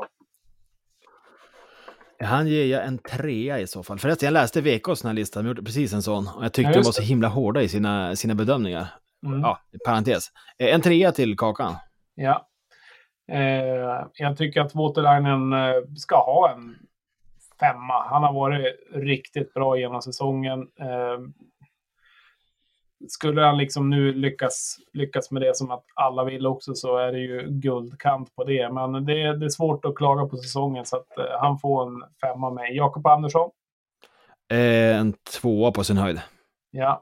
Han ger jag en 3 i så fall. Förresten, jag läste VKs den här listan. De gjorde precis en sån. Och jag tyckte de var så himla hårda i sina bedömningar. Ja, parentes. En 3 till Kakan. Ja. Jag tycker att Waterlinen ska ha en 5. Han har varit riktigt bra genom säsongen. Skulle han liksom nu lyckas med det som att alla vill också, så är det ju guldkant på det. Men det är svårt att klaga på säsongen, så att han får en 5 med. Jakob Andersson? En 2 på sin höjd. Ja.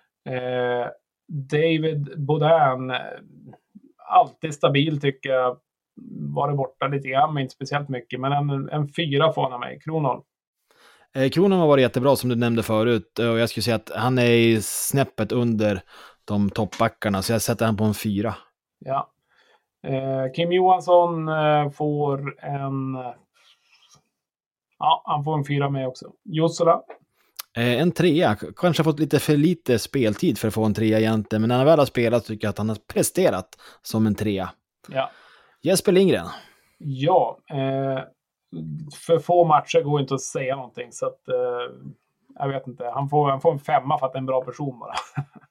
David Baudin, alltid stabil tycker jag. Var det borta lite grann, men inte speciellt mycket. Men en 4 får han av mig. Kronholm? Kronholm har varit jättebra som du nämnde förut. Och jag skulle säga att han är i snäppet under de toppbackarna. Så jag sätter han på en 4. Ja. Kim Johansson får en... Ja, han får en 4 med också. Jussela? En 3. Kanske har fått lite för lite speltid för att få en 3 egentligen. Men när han väl har spelat tycker jag att han har presterat som en 3. Ja. Jesper Lindgren? Ja. För få matcher går inte att säga någonting. Så att, jag vet inte. Han får en 5 för att det är en bra person bara.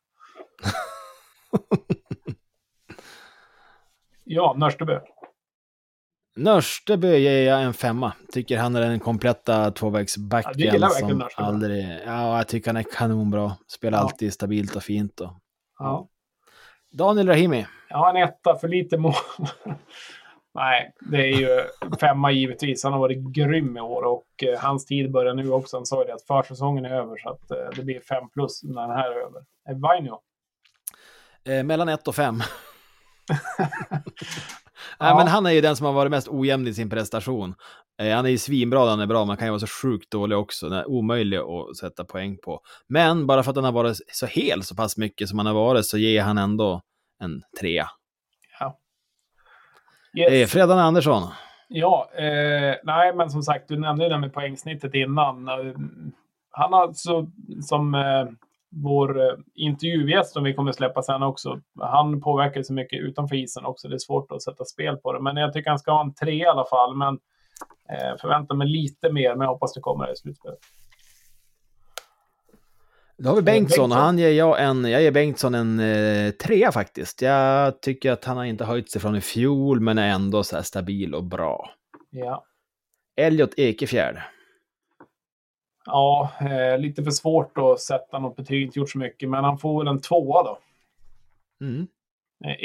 Ja, Nörstebö. Nörstebö ger jag en 5. Tycker han är den kompletta tvåvägsbacken. Ja, gillar verkligen Nörstebö. Aldrig, ja, jag tycker han är kanonbra. Spelar alltid stabilt och fint. Och, ja. Daniel Rahimi? Ja, en 1 för lite mål. Nej, det är ju 5 givetvis. Han har varit grym i år och hans tid börjar nu också. Han sa ju det att försäsongen är över, så att det blir 5+ när den här är över. Vainio? Mellan 1 och 5. Nej, men han är ju den som har varit mest ojämn i sin prestation. Han är ju svinbra, han är bra. Man kan ju vara så sjukt dålig också. Det är omöjligt att sätta poäng på. Men bara för att han har varit så hel så pass mycket som han har varit, så ger han ändå en 3. Ja. Yes. Fredan Andersson? Ja, nej, men som sagt, du nämnde det med poängsnittet innan. Han har som vår intervjugäst som vi kommer släppa sen också, han påverkar så mycket utanför isen också. Det är svårt att sätta spel på det. Men jag tycker han ska ha en 3 i alla fall. Men förväntar mig lite mer, men jag hoppas det kommer i slutspelet. Då har vi Bengtsson och jag ger Bengtsson en 3 faktiskt. Jag tycker att han har inte höjt sig från i fjol, men är ändå så här stabil och bra. Ja. Elliot Ekefjärd? Ja, lite för svårt att sätta något betyg, inte gjort så mycket, men han får väl en 2 då.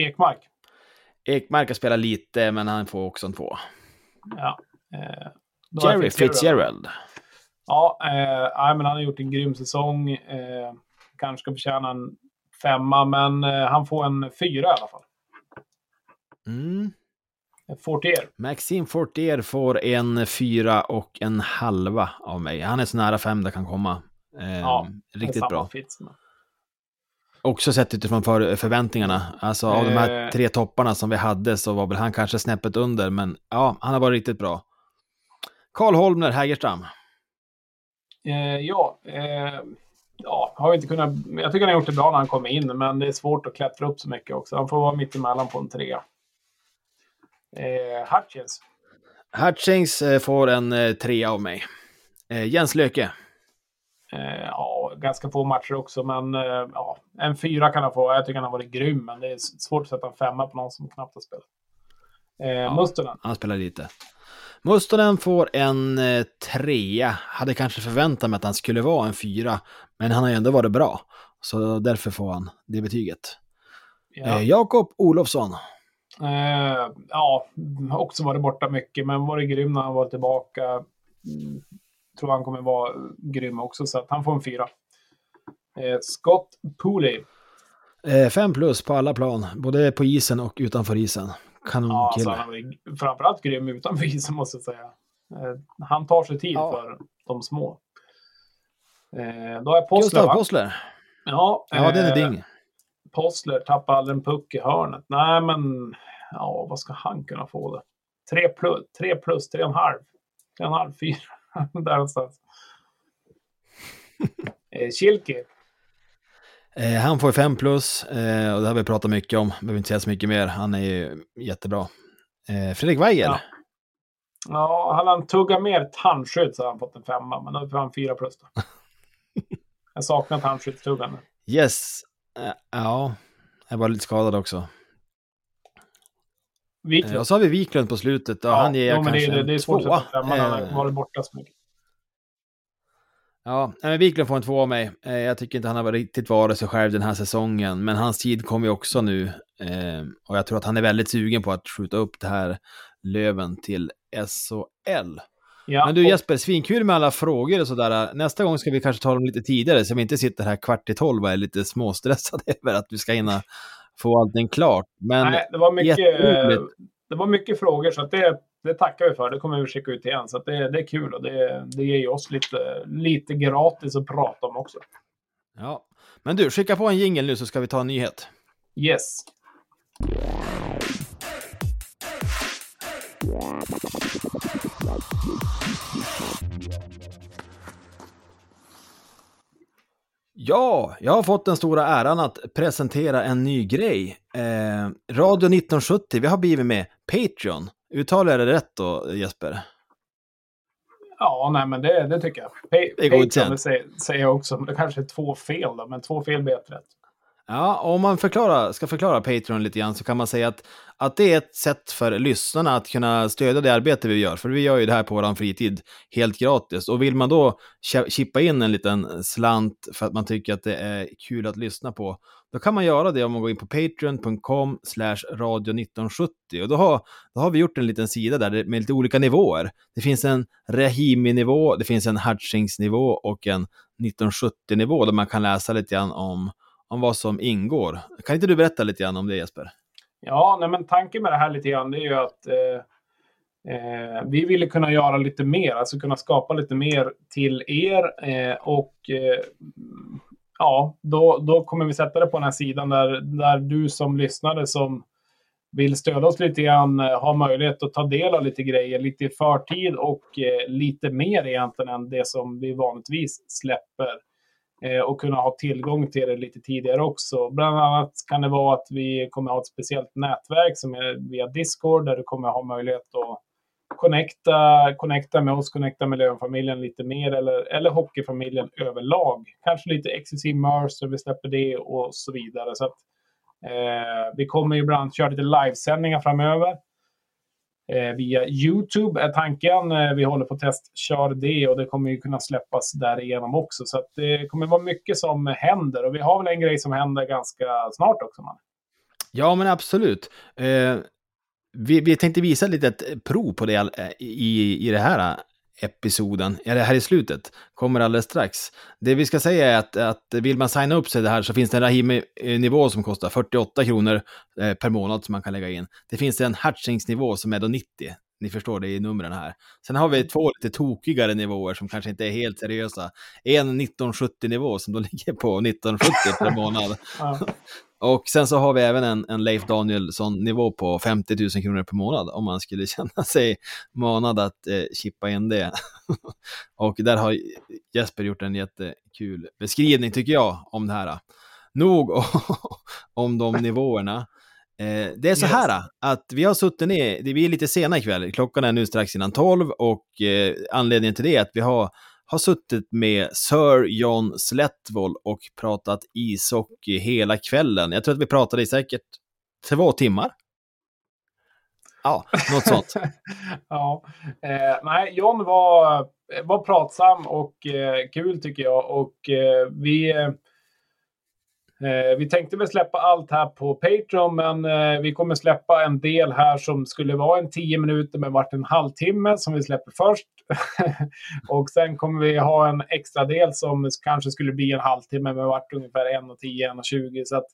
Ekmark Ja. Jerry Fitzgerald. Ja, men han har gjort en grym säsong. Kanske ska förtjäna en 5, men han får en 4 i alla fall. Fortier. Maxime Fortier får en 4,5 av mig. Han är så nära 5 det kan komma. Riktigt bra. Också sett utifrån förväntningarna. Alltså av de här 3 topparna som vi hade så var väl han kanske snäppet under. Men ja, han har varit riktigt bra. Karl Holmner, Hägerstam. Har vi inte kunnat... Jag tycker han har gjort det bra när han kommer in, men det är svårt att klättra upp så mycket också. Han får vara mitt emellan på en 3. Hutchings får en 3 av mig. Jens Löke. Ganska få matcher också, men en 4 kan han få. Jag tycker han har varit grym, men det är svårt att sätta en 5 på någon som knappt har spelat. Mustonen. Han spelar lite. Mustonen får en 3. Hade kanske förväntat mig att han skulle vara en 4, men han har ju ändå varit bra. Så därför får han det betyget. Jakob Olofsson. Också varit borta mycket, men varit grym när han var tillbaka. Tror han kommer vara grym också, så att han får en 4. Scott Pooley. 5+ på alla plan, både på isen och utanför isen. Kanonkille. Han var framförallt grym utanför isen, måste jag säga. Han tar sig tid för de små. Då är Possler. Gustav Possler. Ja, den är ding. Possler tappar aldrig en puck i hörnet. Nej, men vad ska han kunna få det? 3+, 3,5. 3,5, 4. Där någonstans. Kilke. Han får 5+, och det har vi pratat mycket om. Behöver inte säga så mycket mer. Han är ju jättebra. Fredrik Weijer. Hade han tuggat mer tandskydd så hade han fått en 5, men då får han 4+ då. Jag saknar tandskyddstuggande. Yes. Jag var lite skadad också. Och så har vi Wiklund på slutet. Han ger kanske det är svårt att sätta 5, han har varit borta så mycket. Ja, men Wiklund får en 2 av mig. Jag tycker inte han har riktigt varit sig själv den här säsongen. Men hans tid kommer ju också nu. Och jag tror att han är väldigt sugen på att skjuta upp det här Löven till SHL. Ja, men du Jesper, svinkul med alla frågor och sådär. Nästa gång ska vi kanske ta dem lite tidigare så vi inte sitter här 11:15 och är lite småstressade över att vi ska hinna få allting klart. Men nej, det var mycket frågor, så att det tackar vi för. Det kommer vi skicka ut igen. Så att det är kul, och det ger ju oss lite gratis att prata om också. Ja, men du, skicka på en jingle nu så ska vi ta en nyhet. Yes. Ja, jag har fått den stora äran att presentera en ny grej. Radio 1970, vi har blivit med Patreon. Uttalar jag det rätt då, Jesper? Ja, nej, men det tycker jag. Patreon säger jag också. Det kanske är 2 fel då, men 2 fel blir rätt. Ja, om man ska förklara Patreon lite grann så kan man säga att det är ett sätt för lyssnarna att kunna stödja det arbete vi gör. För vi gör ju det här på vår fritid helt gratis. Och vill man då chippa in en liten slant för att man tycker att det är kul att lyssna på, då kan man göra det om man går in på patreon.com/radio1970. Och då har vi gjort en liten sida där med lite olika nivåer. Det finns en Rahimi-nivå, det finns en Hutchings-nivå och en 1970-nivå där man kan läsa lite grann om vad som ingår. Kan inte du berätta lite grann om det, Jesper? Ja, nej, men tanken med det här lite grann, det är ju att vi ville kunna göra lite mer, alltså kunna skapa lite mer till er, då kommer vi sätta det på den här sidan där du som lyssnare som vill stödja oss lite grann har möjlighet att ta del av lite grejer, lite i förtid och lite mer egentligen än det som vi vanligtvis släpper. Och kunna ha tillgång till det lite tidigare också. Bland annat kan det vara att vi kommer ha ett speciellt nätverk som är via Discord, där du kommer ha möjlighet att connecta med oss, connecta med Lövenfamiljen lite mer, eller hockeyfamiljen överlag. Kanske lite exklusiv merch, så vi släpper det och så vidare. Så att, vi kommer ibland köra lite livesändningar framöver. Via YouTube är tanken. Vi håller på att testköra det, och det kommer ju kunna släppas därigenom också. Så att det kommer vara mycket som händer, och vi har väl en grej som händer ganska snart också, man. Ja, men absolut. Vi tänkte visa lite ett prov på det i det här episoden, eller här i slutet, kommer alldeles strax. Det vi ska säga är att vill man signa upp sig det här så finns det en Rahimi-nivå som kostar 48 kronor per månad som man kan lägga in. Det finns en Hatchings-nivå som är då 90. Ni förstår det i numren här. Sen har vi 2 lite tokigare nivåer som kanske inte är helt seriösa. En 1970-nivå som då ligger på 1970 per månad. Och sen så har vi även en Leif Danielsson-nivå på 50 000 kronor per månad om man skulle känna sig manad att chippa in det. Och där har Jesper gjort en jättekul beskrivning tycker jag om det här. Nog om de nivåerna. Det är så här att vi har suttit ner, vi är lite sena ikväll, klockan är nu strax innan 12 och anledningen till det är att vi har suttit med Sir John Slättvold och pratat ishockey hela kvällen. Jag tror att vi pratade i säkert 2 timmar. Ja, något sånt. Ja, nej, John var pratsam och kul tycker jag och vi tänkte väl släppa allt här på Patreon, men vi kommer släppa en del här som skulle vara en 10 minuter men vart en halvtimme som vi släpper först. Och sen kommer vi ha en extra del som kanske skulle bli en halvtimme men vart ungefär 1:10, 1:20. Så att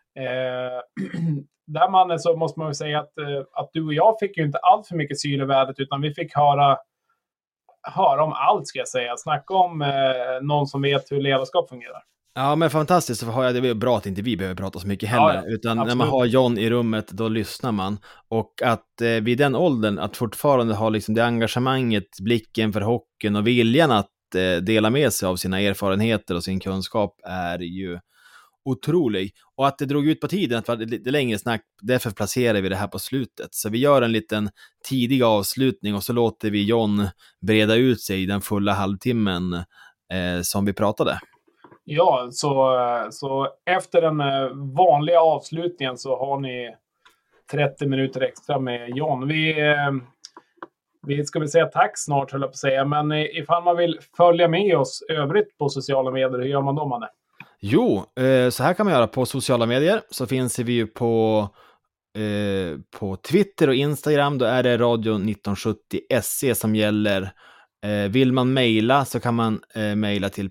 där man så måste man ju säga att du och jag fick ju inte allt för mycket syre i värdet utan vi fick höra om allt ska jag säga. Snacka om någon som vet hur ledarskap fungerar. Ja, men fantastiskt. Så det är bra att inte vi behöver prata så mycket heller. Ja, utan absolut. När man har John i rummet, då lyssnar man. Och att vid den åldern, att fortfarande ha liksom det engagemanget, blicken för hockeyn och viljan att dela med sig av sina erfarenheter och sin kunskap är ju otrolig. Och att det drog ut på tiden, att det längre snack, därför placerar vi det här på slutet. Så vi gör en liten tidig avslutning och så låter vi John breda ut sig i den fulla halvtimmen som vi pratade. Ja, så efter den vanliga avslutningen så har ni 30 minuter extra med John. Vi ska väl säga tack snart, höll jag på att säga. Men ifall man vill följa med oss övrigt på sociala medier, hur gör man då, Manne? Jo, så här kan man göra på sociala medier. Så finns vi ju på Twitter och Instagram. Då är det Radio 1970 SE som gäller. Vill man mejla så kan man mejla till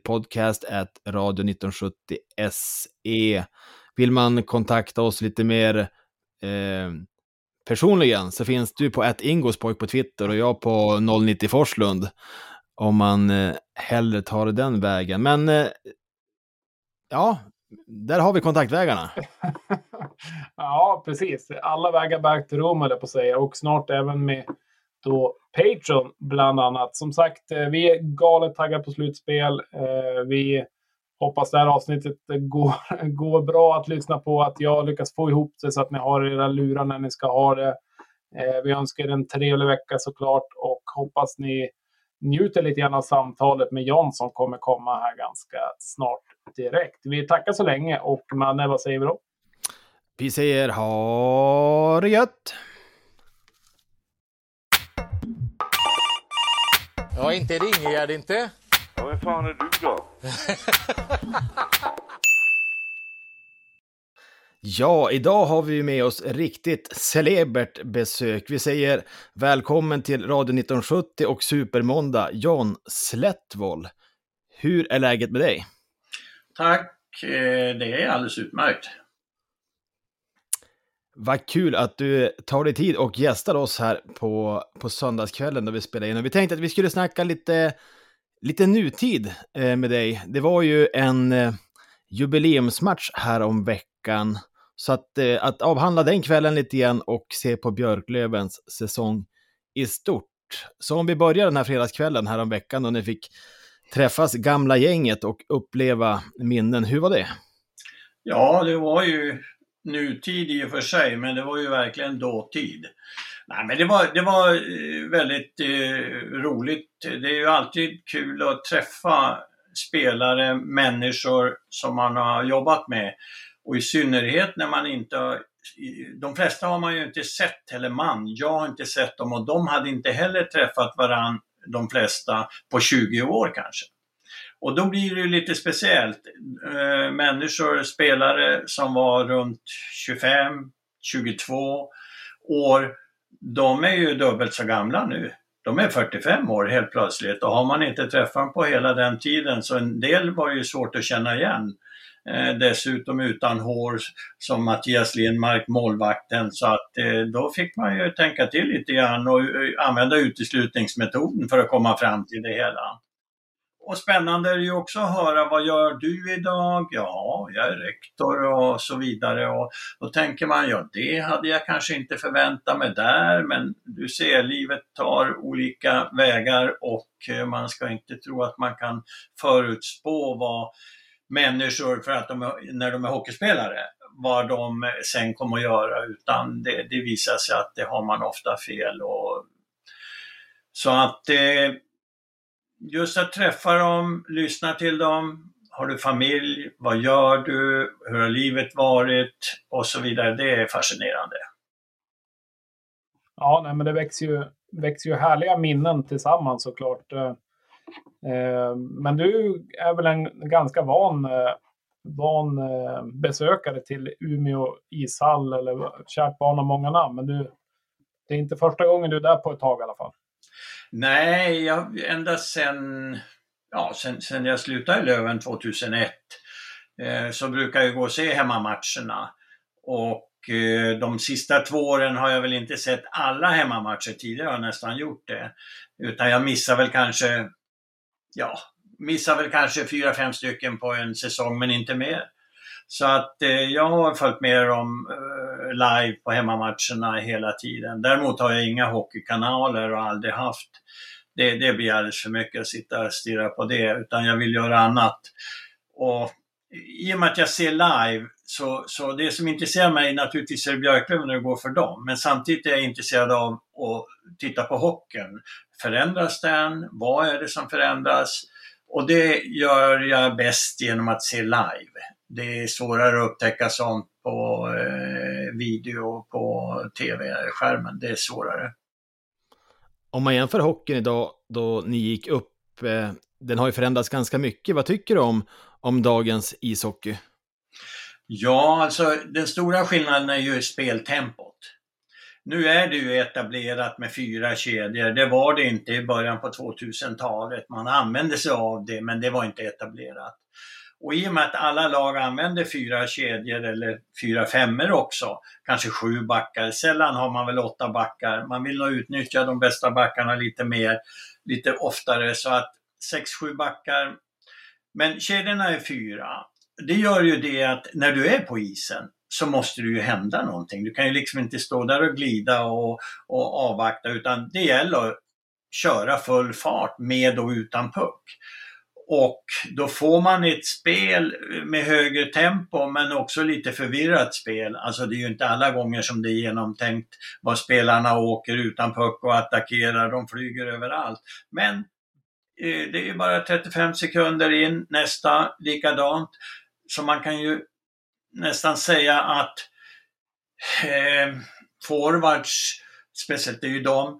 podcast@radio1970se. Vill man kontakta oss lite mer personligen så finns du på @ingospojk på Twitter och jag på 090 Forslund om man hellre tar den vägen. Men ja, där har vi kontaktvägarna. Ja, precis. Alla vägar back till Rom, eller på att säga. Och snart även med då Patreon bland annat. Som sagt, vi är galet taggade på slutspel. Vi hoppas det här avsnittet går bra att lyssna på. Att jag lyckas få ihop det så att ni har era lurar när ni ska ha det. Vi önskar er en trevlig vecka såklart. Och hoppas ni njuter lite grann av samtalet med John som kommer komma här ganska snart direkt. Vi tackar så länge och Manne, vad säger vi då? Vi säger ha det gött! Ja, inte Ringegärd inte. Ja, vem fan är du då? Ja, idag har vi med oss riktigt celebert besök. Vi säger välkommen till Radio 1970 och Supermåndag, John Slättvold. Hur är läget med dig? Tack, det är alldeles utmärkt. Vad kul att du tar dig tid och gästar oss här på söndagskvällen då vi spelar in. Och vi tänkte att vi skulle snacka lite nutid med dig. Det var ju en jubileumsmatch här om veckan. Så att avhandla den kvällen lite igen och se på Björklövens säsong i stort. Så om vi börjar den här fredagskvällen här om veckan då ni fick träffas gamla gänget och uppleva minnen. Hur var det? Ja, det var ju nutid i och för sig, men det var ju verkligen dåtid. Nej, men det var väldigt roligt. Det är ju alltid kul att träffa spelare, människor som man har jobbat med. Och i synnerhet när man inte... De flesta har man ju inte sett, eller jag har inte sett dem och de hade inte heller träffat varann, de flesta, på 20 år kanske. Och då blir det ju lite speciellt. Människor, spelare som var runt 25, 22 år, de är ju dubbelt så gamla nu. de är 45 år helt plötsligt, och har man inte träffat dem på hela den tiden, så en del var ju svårt att känna igen. Dessutom utan hår som Mattias Lindmark, målvakten, så att då fick man ju tänka till lite grann och använda uteslutningsmetoden för att komma fram till det hela. Och spännande är det ju också att höra, vad gör du idag? Ja, jag är rektor och så vidare. Och då tänker man, ja, det hade jag kanske inte förväntat mig där, men du ser, livet tar olika vägar och man ska inte tro att man kan förutspå vad människor, för att när de är hockeyspelare, vad de sen kommer att göra, utan det visar sig att det har man ofta fel. Och så att just att träffa dem, lyssna till dem, har du familj, vad gör du, hur har livet varit och så vidare, det är fascinerande. Ja, nej, men det växer ju härliga minnen tillsammans såklart. Men du är väl en ganska van besökare till Umeå ishall, eller kärt barn av många namn, men det är inte första gången du är där på ett tag i alla fall. Nej, ända sen jag slutade i Löven 2001 så brukar jag gå och se hemmamatcherna, och de sista 2 åren har jag väl inte sett alla hemmamatcher. Tidigare har jag nästan gjort det, utan jag missar väl kanske 4-5 stycken på en säsong, men inte mer. Så att jag har följt med dem live på hemmamatcherna hela tiden. Däremot har jag inga hockeykanaler och aldrig haft. Det blir alldeles för mycket att sitta och stirra på det, utan jag vill göra annat. Och i och med att jag ser live, så det som intresserar mig naturligtvis är Björklöven när det går för dem. Men samtidigt är jag intresserad av att titta på hockeyn. Förändras den? Vad är det som förändras? Och det gör jag bäst genom att se live. Det är svårare att upptäcka sånt på video på tv-skärmen. Det är svårare. Om man jämför hockeyn idag då ni gick upp, den har ju förändrats ganska mycket. Vad tycker du om dagens ishockey? Ja, alltså den stora skillnaden är ju speltempot. Nu är det ju etablerat med 4 kedjor. Det var det inte i början på 2000-talet. Man använde sig av det, men det var inte etablerat. Och i och med att alla lag använder 4 kedjor eller 4 femmor också, kanske 7 backar. Sällan har man väl 8 backar. Man vill nog utnyttja de bästa backarna lite mer, lite oftare, så att 6-7 backar. Men kedjorna är 4. Det gör ju det att när du är på isen så måste det ju hända någonting. Du kan ju liksom inte stå där och glida och avvakta, utan det gäller att köra full fart med och utan puck. Och då får man ett spel med högre tempo, men också lite förvirrat spel. Alltså det är ju inte alla gånger som det är genomtänkt vad spelarna åker utan puck och attackerar. De flyger överallt. Men det är bara 35 sekunder in, nästa likadant. Så man kan ju nästan säga att forwards, speciellt är ju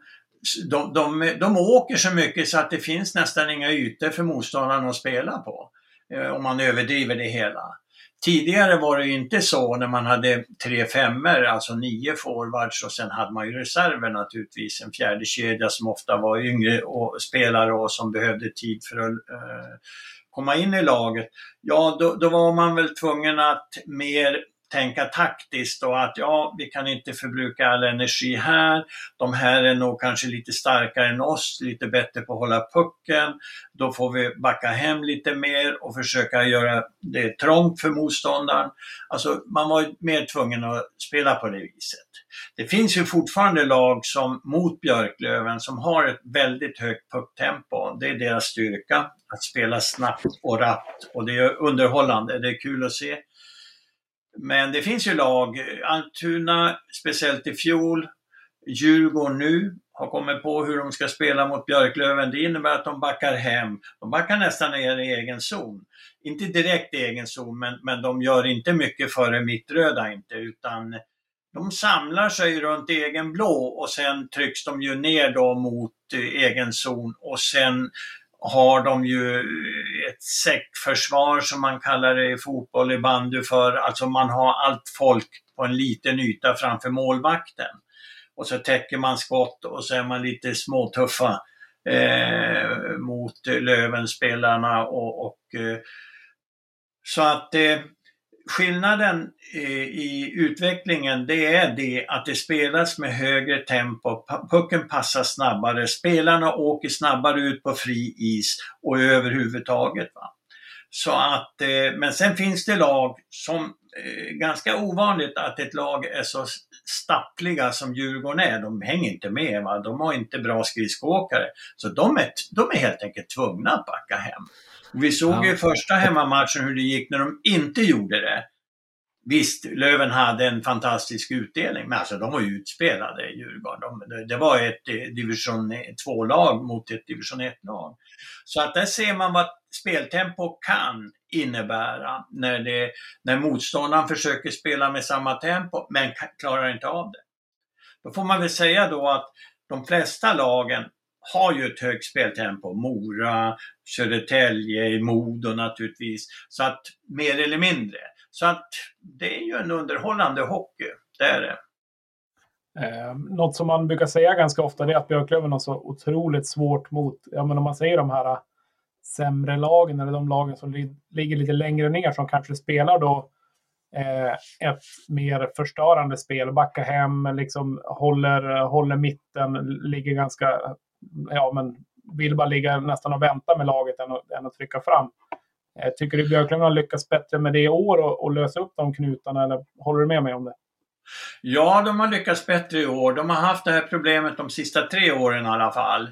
de åker så mycket så att det finns nästan inga ytor för motståndarna att spela på, om man överdriver det hela. Tidigare var det ju inte så när man hade 3 femmor, alltså 9 forwards, och sen hade man ju reserver naturligtvis, en fjärde kedja som ofta var yngre och spelare och som behövde tid för att komma in i laget. Ja, då var man väl tvungen att mer tänka taktiskt, och att vi kan inte förbruka all energi här. De här är nog kanske lite starkare än oss, lite bättre på att hålla pucken. Då får vi backa hem lite mer och försöka göra det trångt för motståndaren. Alltså man var mer tvungen att spela på det viset. Det finns ju fortfarande lag som mot Björklöven som har ett väldigt högt pucktempo. Det är deras styrka, att spela snabbt och rappt, och det är underhållande, det är kul att se. Men det finns ju lag, Altoona speciellt i fjol, Djurgården nu har kommit på hur de ska spela mot Björklöven. Det innebär att de backar hem, de backar nästan ner i egen zon. Inte direkt i egen zon, men de gör inte mycket före mittröda inte, utan de samlar sig runt egen blå, och sen trycks de ju ner då mot egen zon, och sen har de ju ett säckförsvar som man kallar det i fotboll, i bandy för. Alltså man har allt folk på en liten yta framför målvakten. och så täcker man skott och så är man lite småtuffa mot Löven-spelarna så att skillnaden i utvecklingen, det är det att det spelas med högre tempo, pucken passar snabbare, spelarna åker snabbare ut på fri is och överhuvudtaget. Va? Så att, men sen finns det lag som, ganska ovanligt att ett lag är så stappliga som Djurgården är. De hänger inte med, va? De har inte bra skridskoåkare. Så de är helt enkelt tvungna att backa hem. Vi såg ju första hemmamatchen hur det gick när de inte gjorde det. Visst, Löven hade en fantastisk utdelning, men alltså de var ju utspelade i Djurgården. Det var ett division 2-lag mot ett division 1-lag. Så att där ser man vad speltempo kan innebära när motståndaren försöker spela med samma tempo, men klarar inte av det. Då får man väl säga då att de flesta lagen har ju ett högt speltempo. Mora, Södertälje, Modo naturligtvis. Så att mer eller mindre. Så att det är ju en underhållande hockey. Det är det. Något som man brukar säga ganska ofta är att Björklöven har så otroligt svårt mot, men om man säger de här sämre lagen eller de lagen som ligger lite längre ner som kanske spelar då ett mer förstörande spel, backa hem, liksom håller mitten, ligger ganska, men vill bara ligga nästan och vänta med laget än att trycka fram. Tycker du Björklöven har lyckats bättre med det i år och lösa upp de knutarna, eller håller du med mig om det? Ja, de har lyckats bättre i år. De har haft det här problemet de sista 3 åren i alla fall.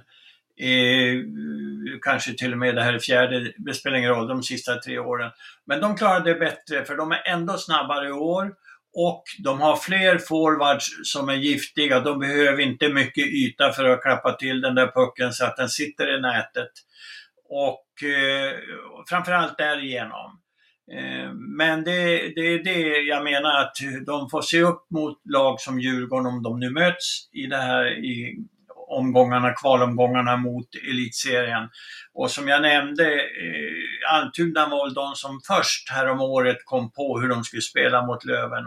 Kanske till och med det här fjärde, det spelar ingen roll, de sista 3 åren. Men de klarade det bättre för de är ändå snabbare i år. Och de har fler forwards som är giftiga. De behöver inte mycket yta för att klappa till den där pucken så att den sitter i nätet. Och framförallt därigenom. Men det är det jag menar, att de får se upp mot lag som Djurgården om de nu möts i det här i kvalomgångarna mot elitserien. Och som jag nämnde, Almtuna var väl de som först här om året kom på hur de skulle spela mot Löven.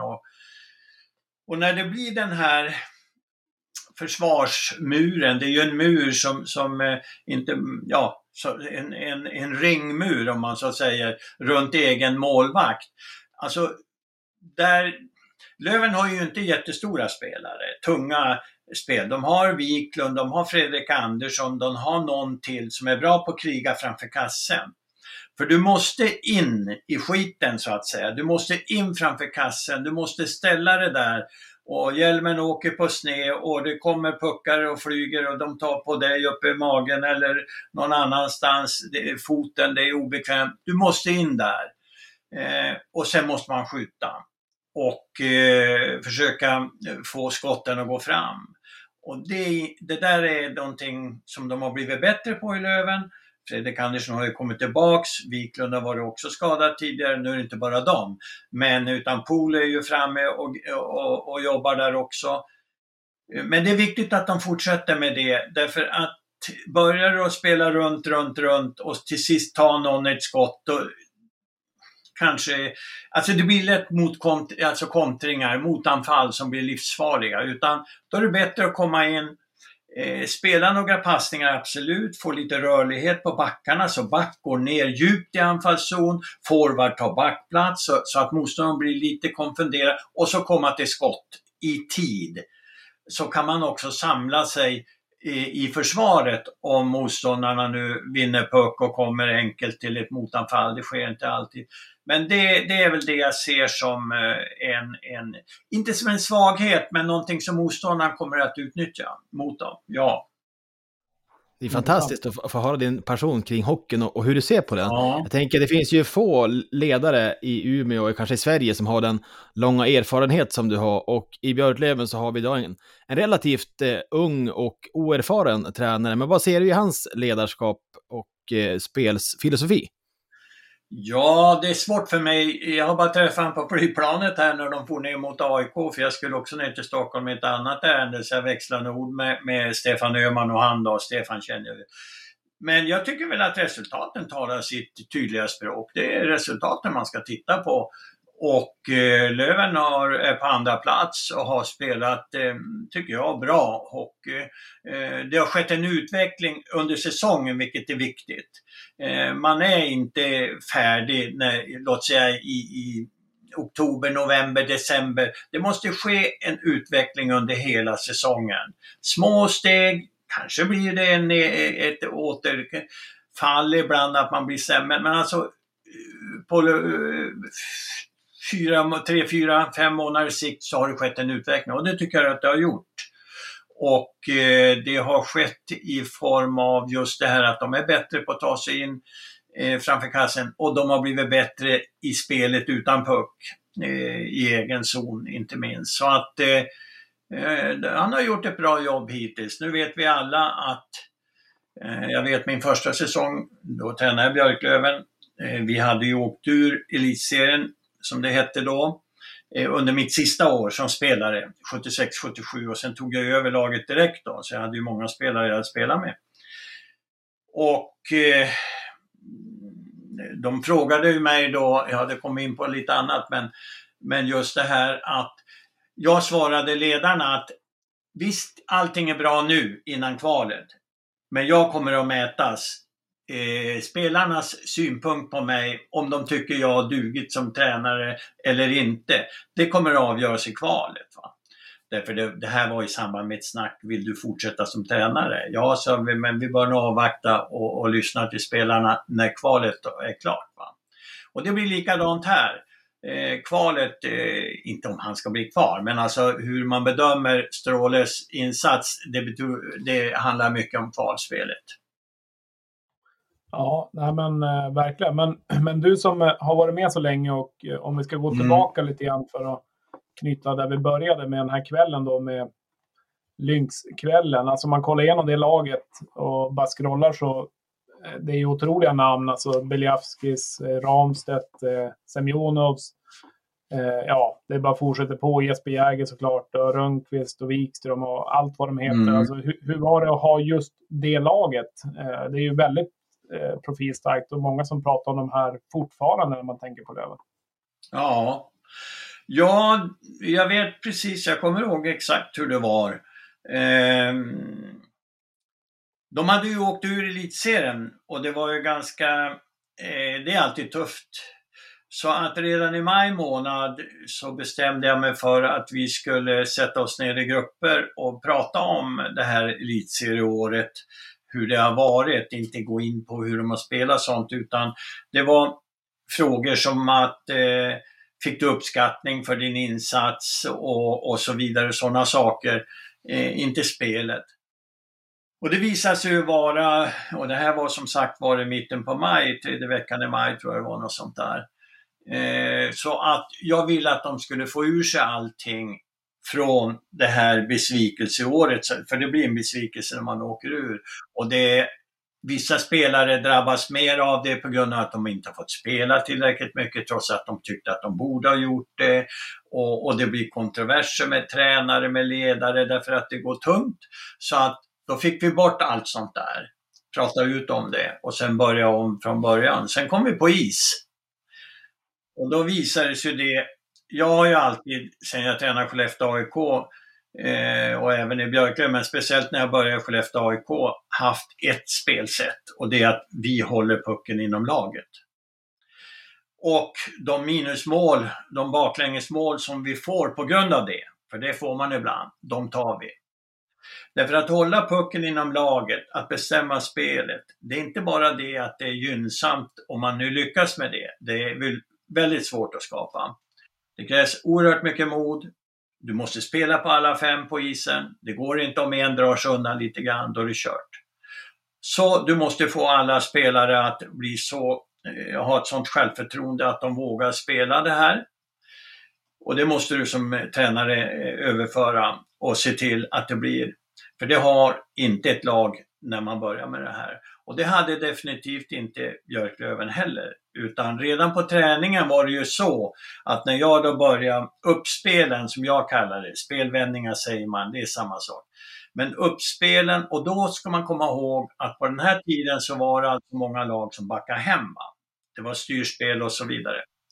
Och när det blir den här försvarsmuren, det är ju en mur som inte, så en ringmur om man så säger, runt egen målvakt. Alltså, Löven har ju inte jättestora spelare, tunga spel. De har Wiklund, de har Fredrik Andersson, de har någon till som är bra på att kriga framför kassen. För du måste in i skiten så att säga. Du måste in framför kassen, du måste ställa det där. Och hjälmen åker på sned och det kommer puckar och flyger och de tar på dig uppe i magen eller någon annanstans. Foten, det är obekvämt. Du måste in där. Och sen måste man skjuta. Och försöka få skotten att gå fram. Och det där är någonting som de har blivit bättre på i Löven. Fredrik Andersson har ju kommit tillbaks. Wiklund har varit också skadad tidigare. Nu är det inte bara dem. Men utan Pool är ju framme och jobbar där också. Men det är viktigt att de fortsätter med det. Därför att börjar du att spela runt och till sist ta någon ett skott. Och kanske, alltså det blir lätt mot kontringar, motanfall som blir livsfarliga. Utan då är det bättre att komma in. Spela några passningar absolut, få lite rörlighet på backarna så back går ner djupt i anfallszon, forward tar backplats så att motståndaren blir lite konfunderad och så komma till skott i tid. Så kan man också samla sig i försvaret om motståndarna nu vinner puck och kommer enkelt till ett motanfall. Det sker inte alltid. Men det är väl det jag ser som inte som en svaghet, men någonting som motståndaren kommer att utnyttja mot dem. Ja. Det är fantastiskt att få höra din passion kring hockeyn och hur du ser på den. Ja. Jag tänker, det finns ju få ledare i Umeå och kanske i Sverige som har den långa erfarenhet som du har. Och i Björklöven så har vi idag en relativt ung och oerfaren tränare. Men vad ser du i hans ledarskap och spelsfilosofi? Ja, det är svårt för mig. Jag har bara träffat honom på flygplanet här när de får ner mot AIK. För jag skulle också ner till Stockholm med ett annat ärende. Så jag växlade ord med Stefan Öhman och han då. Stefan känner jag. Men jag tycker väl att resultaten talar sitt tydliga språk. Det är resultaten man ska titta på. Och Löven är på andra plats och har spelat, tycker jag, bra. Och det har skett en utveckling under säsongen, vilket är viktigt. Man är inte färdig, låt säga i oktober, november, december. Det måste ske en utveckling under hela säsongen. Små steg, kanske blir det ett återfall ibland att man blir sämre. Men alltså på 3, 4, 5 månaders sikt så har det skett en utveckling. Och det tycker jag att det har gjort. Och det har skett i form av just det här att de är bättre på att ta sig in framför kassen. Och de har blivit bättre i spelet utan puck. I egen zon inte minst. Så att han har gjort ett bra jobb hittills. Nu vet vi alla att jag vet min första säsong, då tränade jag Björklöven. Vi hade ju åkt ur elitserien som det hette då under mitt sista år som spelare 76-77 och sen tog jag över laget direkt då, så jag hade ju många spelare jag spelade med. Och de frågade ju mig då, jag hade kommit in på lite annat, men just det här att jag svarade ledarna att visst, allting är bra nu innan kvalet, men jag kommer att mätas spelarnas synpunkt på mig, om de tycker jag har dugit som tränare eller inte, det kommer att avgöras i kvalet, va? Därför det här var i samband med ett snack, vill du fortsätta som tränare? Ja, så men vi bör nog avvakta och lyssna till spelarna när kvalet är klart, va? Och det blir likadant här. Kvalet, inte om han ska bli kvar, men alltså hur man bedömer Stråles insats, det handlar mycket om kvalspelet. Ja, nej men verkligen. Men du som har varit med så länge, och om vi ska gå tillbaka lite grann för att knyta där vi började med den här kvällen då, med Lynx-kvällen. Alltså man kollar igenom det laget och bara scrollar, så det är ju otroliga namn. Alltså Beliavskis, Ramstedt, Semjonovs. Ja, det bara fortsätter på. Jesper Jäger såklart, och Rönnqvist och Wikström och allt vad de heter. Alltså, hur var det att ha just det laget? Det är ju väldigt profilstarkt och många som pratar om de här fortfarande när man tänker på Löven. Ja, jag vet precis, jag kommer ihåg exakt hur det var. De hade ju åkt ur elitserien och det var ju ganska, det är alltid tufft. Så att redan i maj månad så bestämde jag mig för att vi skulle sätta oss ner i grupper och prata om det här elitserieåret, hur det har varit, inte gå in på hur de har spelat sånt, utan det var frågor som att fick du uppskattning för din insats och så vidare, sådana saker, inte spelet. Och det visade sig ju vara, och det här var som sagt var i mitten på maj, 3:e veckan i maj tror jag det var, något sånt där. Så att jag ville att de skulle få ur sig allting från det här besvikelseåret, för det blir en besvikelse när man åker ur. Och vissa spelare drabbas mer av det på grund av att de inte har fått spela tillräckligt mycket trots att de tyckte att de borde ha gjort det. Och det blir kontroverser med tränare, med ledare, därför att det går tungt. Så att då fick vi bort allt sånt där, prata ut om det och sen börja om från början. Sen kom vi på is. Och då visade det sig det, jag har ju alltid, sen jag tränade Skellefteå AIK och även i Björklöven, men speciellt när jag började Skellefteå AIK, haft ett spelsätt, och det är att vi håller pucken inom laget. Och de minusmål, de baklängesmål som vi får på grund av det, för det får man ibland, de tar vi. Därför att hålla pucken inom laget, att bestämma spelet, det är inte bara det att det är gynnsamt om man nu lyckas med det. Det är väldigt svårt att skapa. Det krävs oerhört mycket mod. Du måste spela på alla 5 på isen. Det går inte om en drar sig undan lite grann, då är det kört. Så du måste få alla spelare att bli ha ett sånt självförtroende att de vågar spela det här. Och det måste du som tränare överföra och se till att det blir. För det har inte ett lag när man börjar med det här. Och det hade definitivt inte Björklöven heller. Utan redan på träningen var det ju så att när jag då började uppspelen, som jag kallar det, spelvändningar säger man, det är samma sak. Men uppspelen, och då ska man komma ihåg att på den här tiden så var det alltså många lag som backade hem. Det var styrspel och så vidare.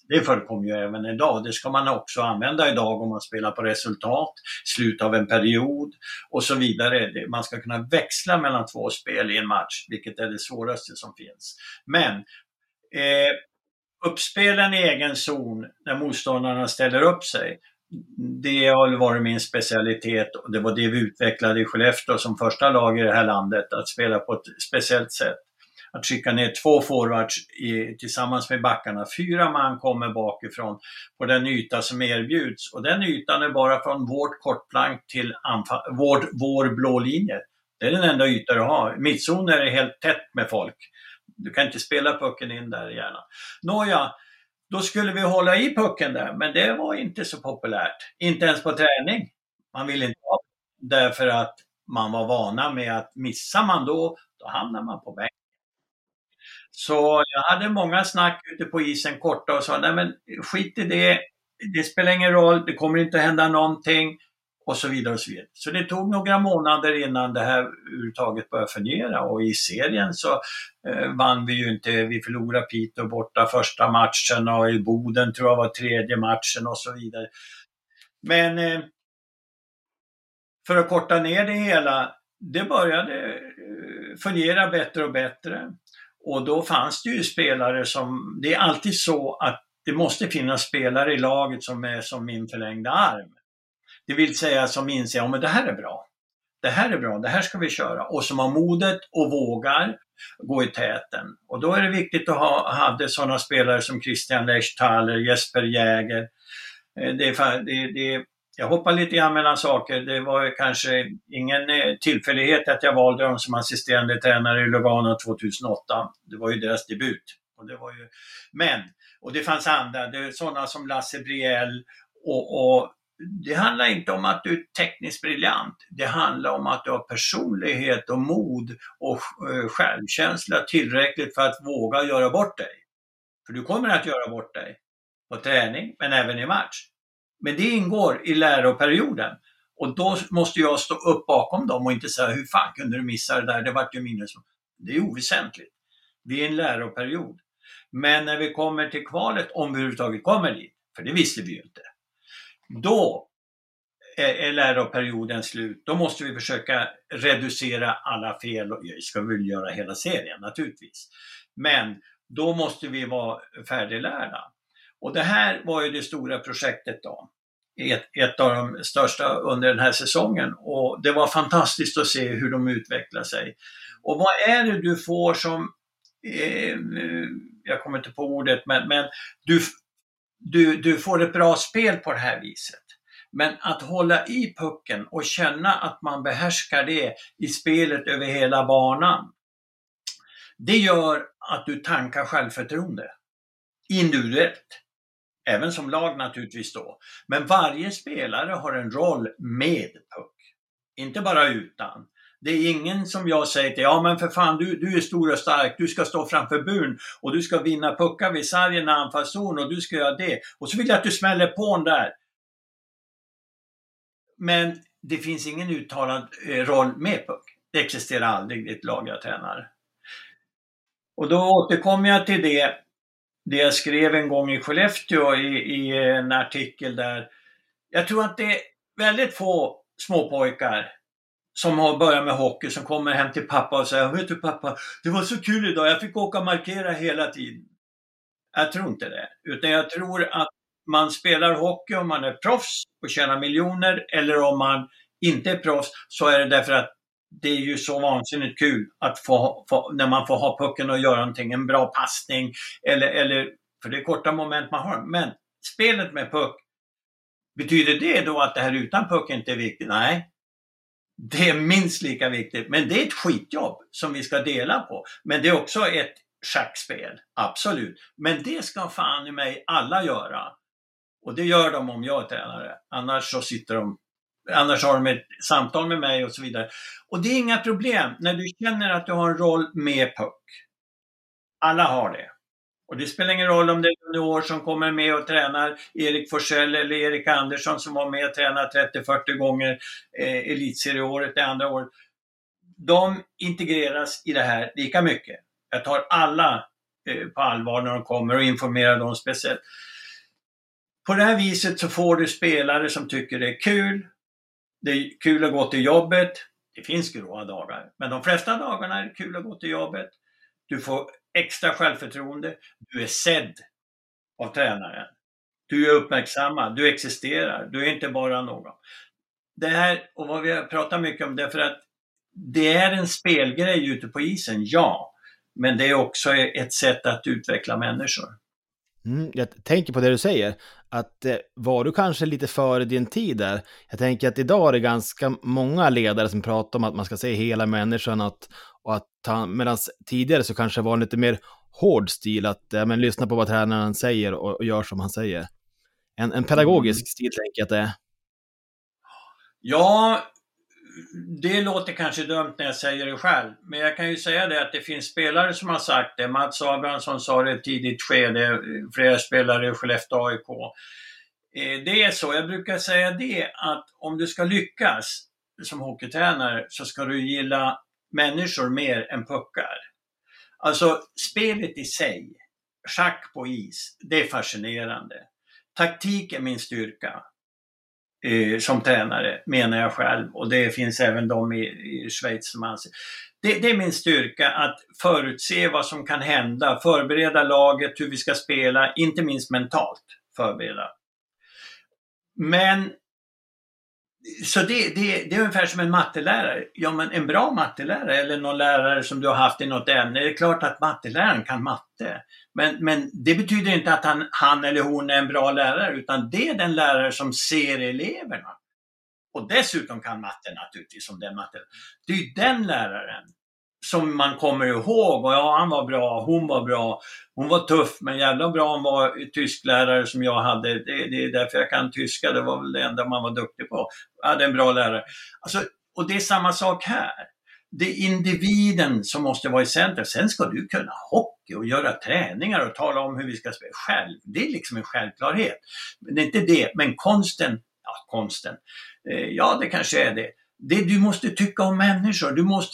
Det förekommer ju även idag. Det ska man också använda idag om man spelar på resultat, slut av en period och så vidare. Man ska kunna växla mellan 2 spel i en match, vilket är det svåraste som finns. Men uppspelen i egen zon när motståndarna ställer upp sig, det har varit min specialitet och det var det vi utvecklade i Skellefteå som första lag i det här landet, att spela på ett speciellt sätt. Att skicka ner 2 forwards tillsammans med backarna. 4 man kommer bakifrån på den yta som erbjuds. Och den ytan är bara från vårt kortplank till vår blå linje. Det är den enda yta du har. Mittzoner är helt tätt med folk. Du kan inte spela pucken in där gärna. Nåja, då skulle vi hålla i pucken där. Men det var inte så populärt. Inte ens på träning. Man ville inte ha det. Därför att man var vana med att missar man då hamnar man på bänken. Så jag hade många snack ute på isen korta och sa, nej men skit i det spelar ingen roll, det kommer inte hända någonting och så vidare och så vidare. Så det tog några månader innan det här överhuvudtaget började fungera och i serien så vann vi ju inte, vi förlorade Piteå borta första matchen och i Boden tror jag var 3:e matchen och så vidare. Men för att korta ner det hela, det började fungera bättre och bättre. Och då fanns det ju spelare som, det är alltid så att det måste finnas spelare i laget som är som min förlängda arm. Det vill säga som inser, ja men det här är bra, det här ska vi köra. Och som har modet och vågar gå i täten. Och då är det viktigt att hade sådana spelare som Christian Lechthaler, Jesper Jäger. Jag hoppar lite grann mellan saker. Det var kanske ingen tillfällighet att jag valde dem som assisterande tränare i Lugano 2008. Det var ju deras debut. Och det fanns andra, det är sådana som Lasse Briell. Och det handlar inte om att du är tekniskt briljant. Det handlar om att du har personlighet och mod och självkänsla tillräckligt för att våga göra bort dig. För du kommer att göra bort dig på träning men även i match. Men det ingår i läroperioden. Och då måste jag stå upp bakom dem och inte säga hur fan kunde du missa det där? Det var ju minus. Det är oväsentligt. Vi är en läroperiod. Men när vi kommer till kvalet, om vi överhuvudtaget kommer dit, för det visste vi ju inte. Då är läroperioden slut. Då måste vi försöka reducera alla fel. Och jag ska väl göra hela serien naturligtvis. Men då måste vi vara färdiglärda. Och det här var ju det stora projektet då. Ett av de största under den här säsongen. Och det var fantastiskt att se hur de utvecklar sig. Och vad är det du får som, jag kommer inte på ordet, men du får ett bra spel på det här viset. Men att hålla i pucken och känna att man behärskar det i spelet över hela banan. Det gör att du tankar självförtroende. Individuellt. Även som lag naturligtvis då. Men varje spelare har en roll med puck. Inte bara utan. Det är ingen som jag säger till, ja men för fan du är stor och stark, du ska stå framför buren och du ska vinna puckar vid sargen och anfallszon och du ska göra det. Och så vill jag att du smäller på den där. Men det finns ingen uttalad roll med puck. Det existerar aldrig i ett lag jag tränar. Och då återkommer jag till det jag skrev en gång i Skellefteå i en artikel där. Jag tror att det är väldigt få småpojkar som har börjat med hockey som kommer hem till pappa och säger, vet du pappa, det var så kul idag, jag fick åka och markera hela tiden. Jag tror inte det. Utan jag tror att man spelar hockey om man är proffs och tjänar miljoner, eller om man inte är proffs så är det därför att det är ju så vansinnigt kul att få när man får ha pucken och göra någonting, en bra passning eller för det är korta moment man har. Men spelet med puck, betyder det då att det här utan puck inte är viktigt? Nej, det är minst lika viktigt. Men det är ett skitjobb som vi ska dela på. Men det är också ett schackspel, absolut. Men det ska fan i mig alla göra. Och det gör de om jag är tränare. Annars har de ett samtal med mig och så vidare. Och det är inga problem när du känner att du har en roll med puck. Alla har det. Och det spelar ingen roll om det är junior som kommer med och tränar Erik Forsell eller Erik Andersson som var med och tränar 30-40 gånger elitserieåret det andra året. De integreras i det här lika mycket. Jag tar alla på allvar när de kommer och informerar dem speciellt. på det här viset så får du spelare som tycker det är kul. Det är kul att gå till jobbet. Det finns gråa dagar, men de flesta dagarna är det kul att gå till jobbet. Du får extra självförtroende. Du är sedd av tränaren. Du är uppmärksammad. Du existerar. Du är inte bara någon. Det här, och vad vi har pratat mycket om det, för att det är en spelgrej ute på isen, ja. Men det är också ett sätt att utveckla människor. Jag tänker på det du säger, att var du kanske lite före din tid där? Jag tänker att idag är det ganska många ledare som pratar om att man ska se hela människan, medan tidigare så kanske det var lite mer hård stil, att lyssna på vad tränaren säger och gör som han säger. En pedagogisk stil tänker jag att det är. Ja, det låter kanske dumt när jag säger det själv, men jag kan ju säga det att det finns spelare som har sagt det. Mats Abrahamsson sa det i ett tidigt skede, flera spelare i Skellefteå AIK. Det är så, jag brukar säga det, att om du ska lyckas som hockeytränare så ska du gilla människor mer än puckar. Alltså spelet i sig, schack på is, det är fascinerande. Taktik är min styrka. Som tränare, menar jag själv, och det finns även de i Schweiz som anser. Det är min styrka att förutse vad som kan hända, förbereda laget, hur vi ska spela, inte minst mentalt förbereda. Men så det är ungefär som en mattelärare. Ja, men en bra mattelärare eller någon lärare som du har haft i något ämne, det är klart att matteläraren kan matte. Men det betyder inte att han eller hon är en bra lärare, utan det är den lärare som ser eleverna. Och dessutom kan matte naturligtvis, som den matte. Det är ju den läraren som man kommer ihåg, och ja, han var bra, hon var bra, hon var tuff, men jävla bra hon var tysklärare som jag hade. Det är därför jag kan tyska, det var väl det enda man var duktig på. Jag hade en bra lärare. Alltså, och det är samma sak här. Det är individen som måste vara i centrum. Sen ska du kunna hockey och göra träningar och tala om hur vi ska spela själv. Det är liksom en självklarhet. Men det är inte det. Men konsten. Ja, det kanske är det. Du måste tycka om människor.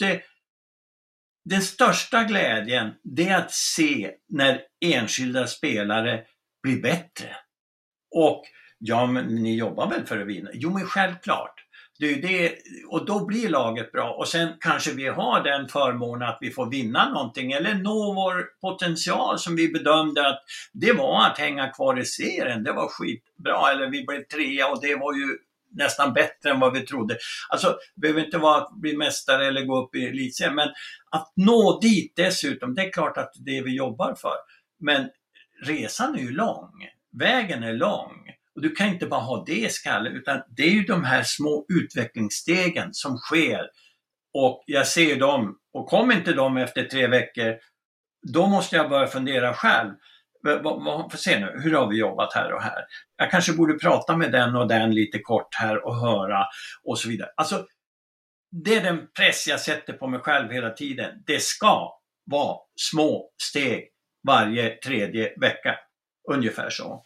Den största glädjen, det är att se när enskilda spelare blir bättre. Och ja, men ni jobbar väl för att vinna? Jo, men självklart. Och då blir laget bra, och sen kanske vi har den förmånen att vi får vinna någonting eller nå vår potential som vi bedömde att det var att hänga kvar i serien. Det var skitbra, eller vi blev 3 och det var ju nästan bättre än vad vi trodde. Alltså, det behöver inte vara att bli mästare eller gå upp i elitserien, men att nå dit dessutom, det är klart att det är det vi jobbar för. Men resan är ju lång, vägen är lång. Och du kan inte bara ha det i skallen, utan det är ju de här små utvecklingsstegen som sker. Och jag ser dem, och kommer inte de efter 3 veckor, då måste jag börja fundera själv. Får se nu, hur har vi jobbat här och här? Jag kanske borde prata med den och den lite kort här och höra och så vidare. Alltså, det är den press jag sätter på mig själv hela tiden. Det ska vara små steg varje 3:e vecka. Ungefär så.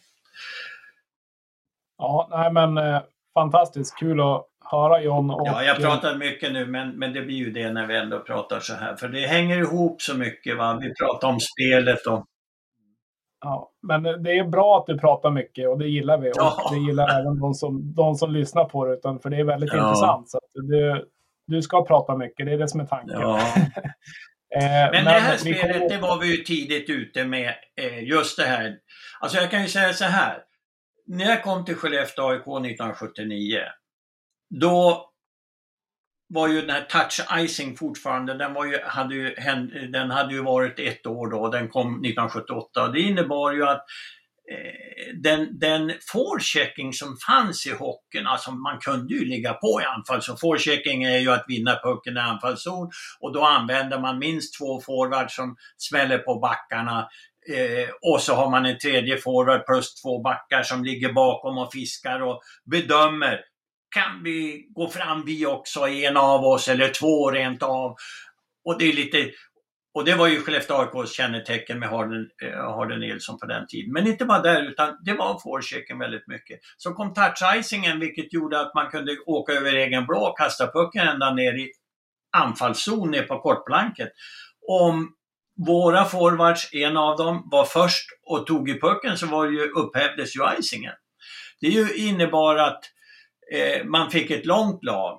Ja, nej men fantastiskt kul att höra, John. Och, ja, jag pratar mycket nu, men det blir ju det när vi ändå pratar så här. För det hänger ihop så mycket, va? Vi pratar om spelet och... Ja, men det är bra att du pratar mycket, och det gillar vi. Ja. Och det gillar även de som lyssnar på det, för det är väldigt intressant. Så att du ska prata mycket, det är det som är tanken. Ja. Men det här spelet, det var vi ju tidigt ute med, just det här. Alltså jag kan ju säga så här. När jag kom till Skellefteå AIK 1979, då var ju den här touch icing fortfarande, den hade ju varit 1 år då, den kom 1978. Det innebar ju att den forechecking som fanns i hockeyn, alltså man kunde ju ligga på i anfall, så forechecking är ju att vinna pucken i anfallszon, och då använder man minst 2 forwards som smäller på backarna. Och så har man en 3:e forward plus 2 backar som ligger bakom och fiskar och bedömer. Kan vi gå fram vi också, en av oss eller 2 rent av? Och det är lite, och det var ju Skellefteå AIKs kännetecken med Harden Nilsson på den tiden. Men inte bara där, utan det var forechecken väldigt mycket. Så kom touch-icingen, vilket gjorde att man kunde åka över egen blå och kasta pucken ända ner i anfallszon ner på kortblanket. Om våra forwards, en av dem, var först och tog i pucken, så var det ju, upphävdes ju icingen. Det ju innebar att man fick ett långt lag.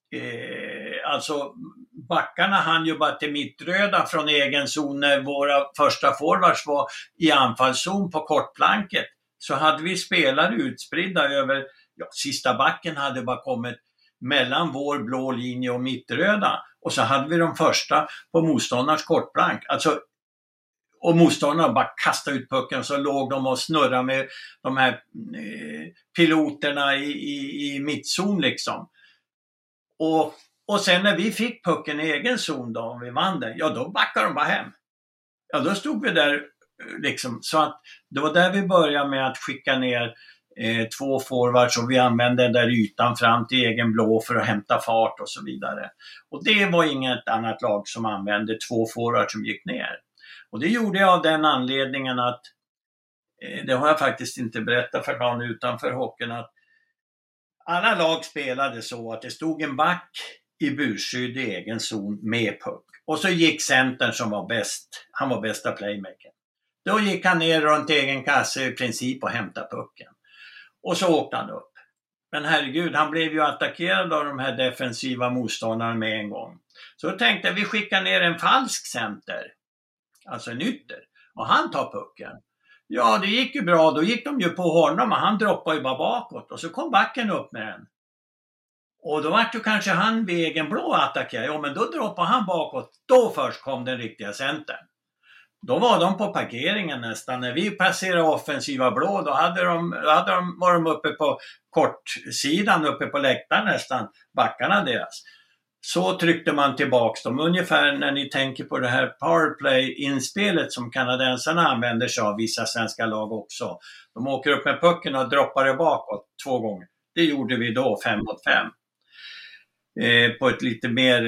Alltså backarna hann ju bara till mittröda från egen zon när våra första forwards var i anfallszon på kortplanket. Så hade vi spelare utspridda över, sista backen hade bara kommit mellan vår blå linje och mittröda. Och så hade vi de första på motståndarens kortplank. Alltså, och motståndarna bara kastade ut pucken, så låg de och snurrade med de här piloterna i mittzon liksom. Och sen när vi fick pucken i egen zon då, om vi vann den, då backade de bara hem. Ja, då stod vi där liksom. Så att det var där vi började med att skicka ner 2 forwards, och vi använde den där ytan fram till egen blå för att hämta fart och så vidare. Och det var inget annat lag som använde 2 forwards som gick ner. Och det gjorde jag av den anledningen att, det har jag faktiskt inte berättat för någon utanför hockeyn, att alla lag spelade så att det stod en back i burskydd i egen zon med puck. Och så gick centern som var bäst, han var bästa playmaker. Då gick han ner runt egen kasse i princip och hämtade pucken. Och så åkte han upp. Men herregud, han blev ju attackerad av de här defensiva motståndarna med en gång. Så då tänkte jag, vi skickar ner en falsk center. Alltså en ytter. Och han tar pucken. Ja, det gick ju bra. Då gick de ju på honom och han droppade ju bara bakåt. Och så kom backen upp med den. Och då var det kanske han vid egen blå attackerade. Ja, men då droppade han bakåt. Då först kom den riktiga centern. Då var de på parkeringen nästan. När vi passerade offensiva blå, då var de uppe på kortsidan, uppe på läktaren nästan. Backarna deras. Så tryckte man tillbaks dem. Ungefär när ni tänker på det här powerplay-inspelet som kanadensarna använder sig av, vissa svenska lag också. De åker upp med pucken och droppar det bakåt 2 gånger. Det gjorde vi då 5 mot 5. På ett lite mer,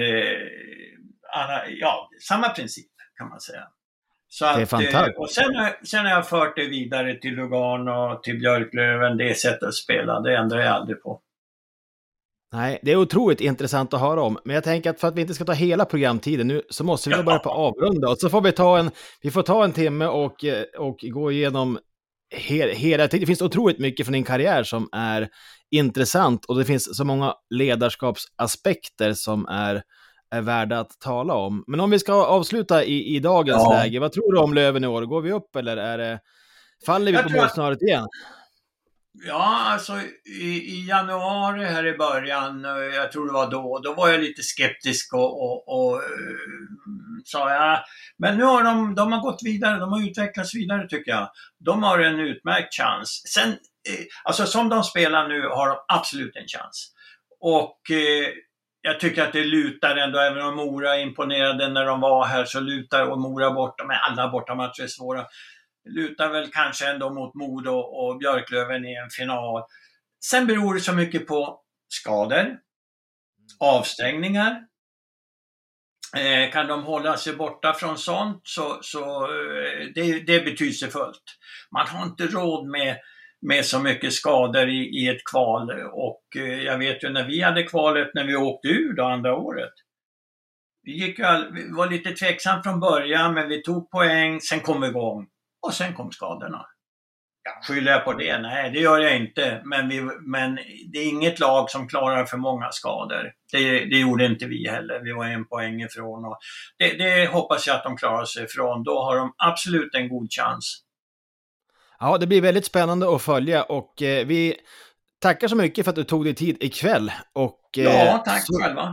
samma princip kan man säga. Så det är att, fantastiskt. och sen har jag fört det vidare till Lugano och till Björklöven. Det sättet att spela, det ändrar jag aldrig på. Nej, det är otroligt intressant att höra om. Men jag tänker att för att vi inte ska ta hela programtiden nu, så måste vi börja på avrunda. Och så får vi får ta en timme och gå igenom hela. Det finns otroligt mycket från din karriär som är intressant. Och det finns så många ledarskapsaspekter som är värda att tala om. Men om vi ska avsluta i dagens läge, vad tror du om Löven i år? Går vi upp eller faller vi på målsnöret igen? Ja, alltså i januari här i början, jag tror det var då var jag lite skeptisk och sa jag, men nu har de har gått vidare, de har utvecklats vidare tycker jag. De har en utmärkt chans. Sen, alltså som de spelar nu har de absolut en chans. Och jag tycker att det lutar ändå, även om Mora imponerade när de var här, så lutar och Mora borta, men alla bortamatcher är svåra. Lutar väl kanske ändå mot Modo och Björklöven i en final. Sen beror det så mycket på skador, avstängningar. Kan de hålla sig borta från sånt så det är betydelsefullt. Man har inte råd med så mycket skador i ett kval. Och jag vet ju när vi hade kvalet, när vi åkte ur då andra året. Vi var lite tveksam från början, men vi tog poäng, sen kom vi igång. Och sen kom skadorna. Skyller jag på det? Nej, det gör jag inte. Men det är inget lag som klarar för många skador. Det gjorde inte vi heller. Vi var 1 poäng ifrån. Och det hoppas jag att de klarar sig ifrån. Då har de absolut en god chans. Ja, det blir väldigt spännande att följa. Och vi tackar så mycket för att du tog dig tid ikväll. Och, tack själva.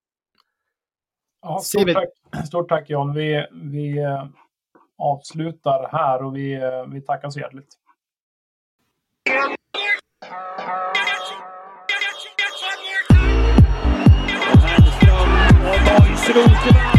Ja, stort tack John. Vi avslutar här och vi tackar så hjärtligt. Härström och Borgsroth.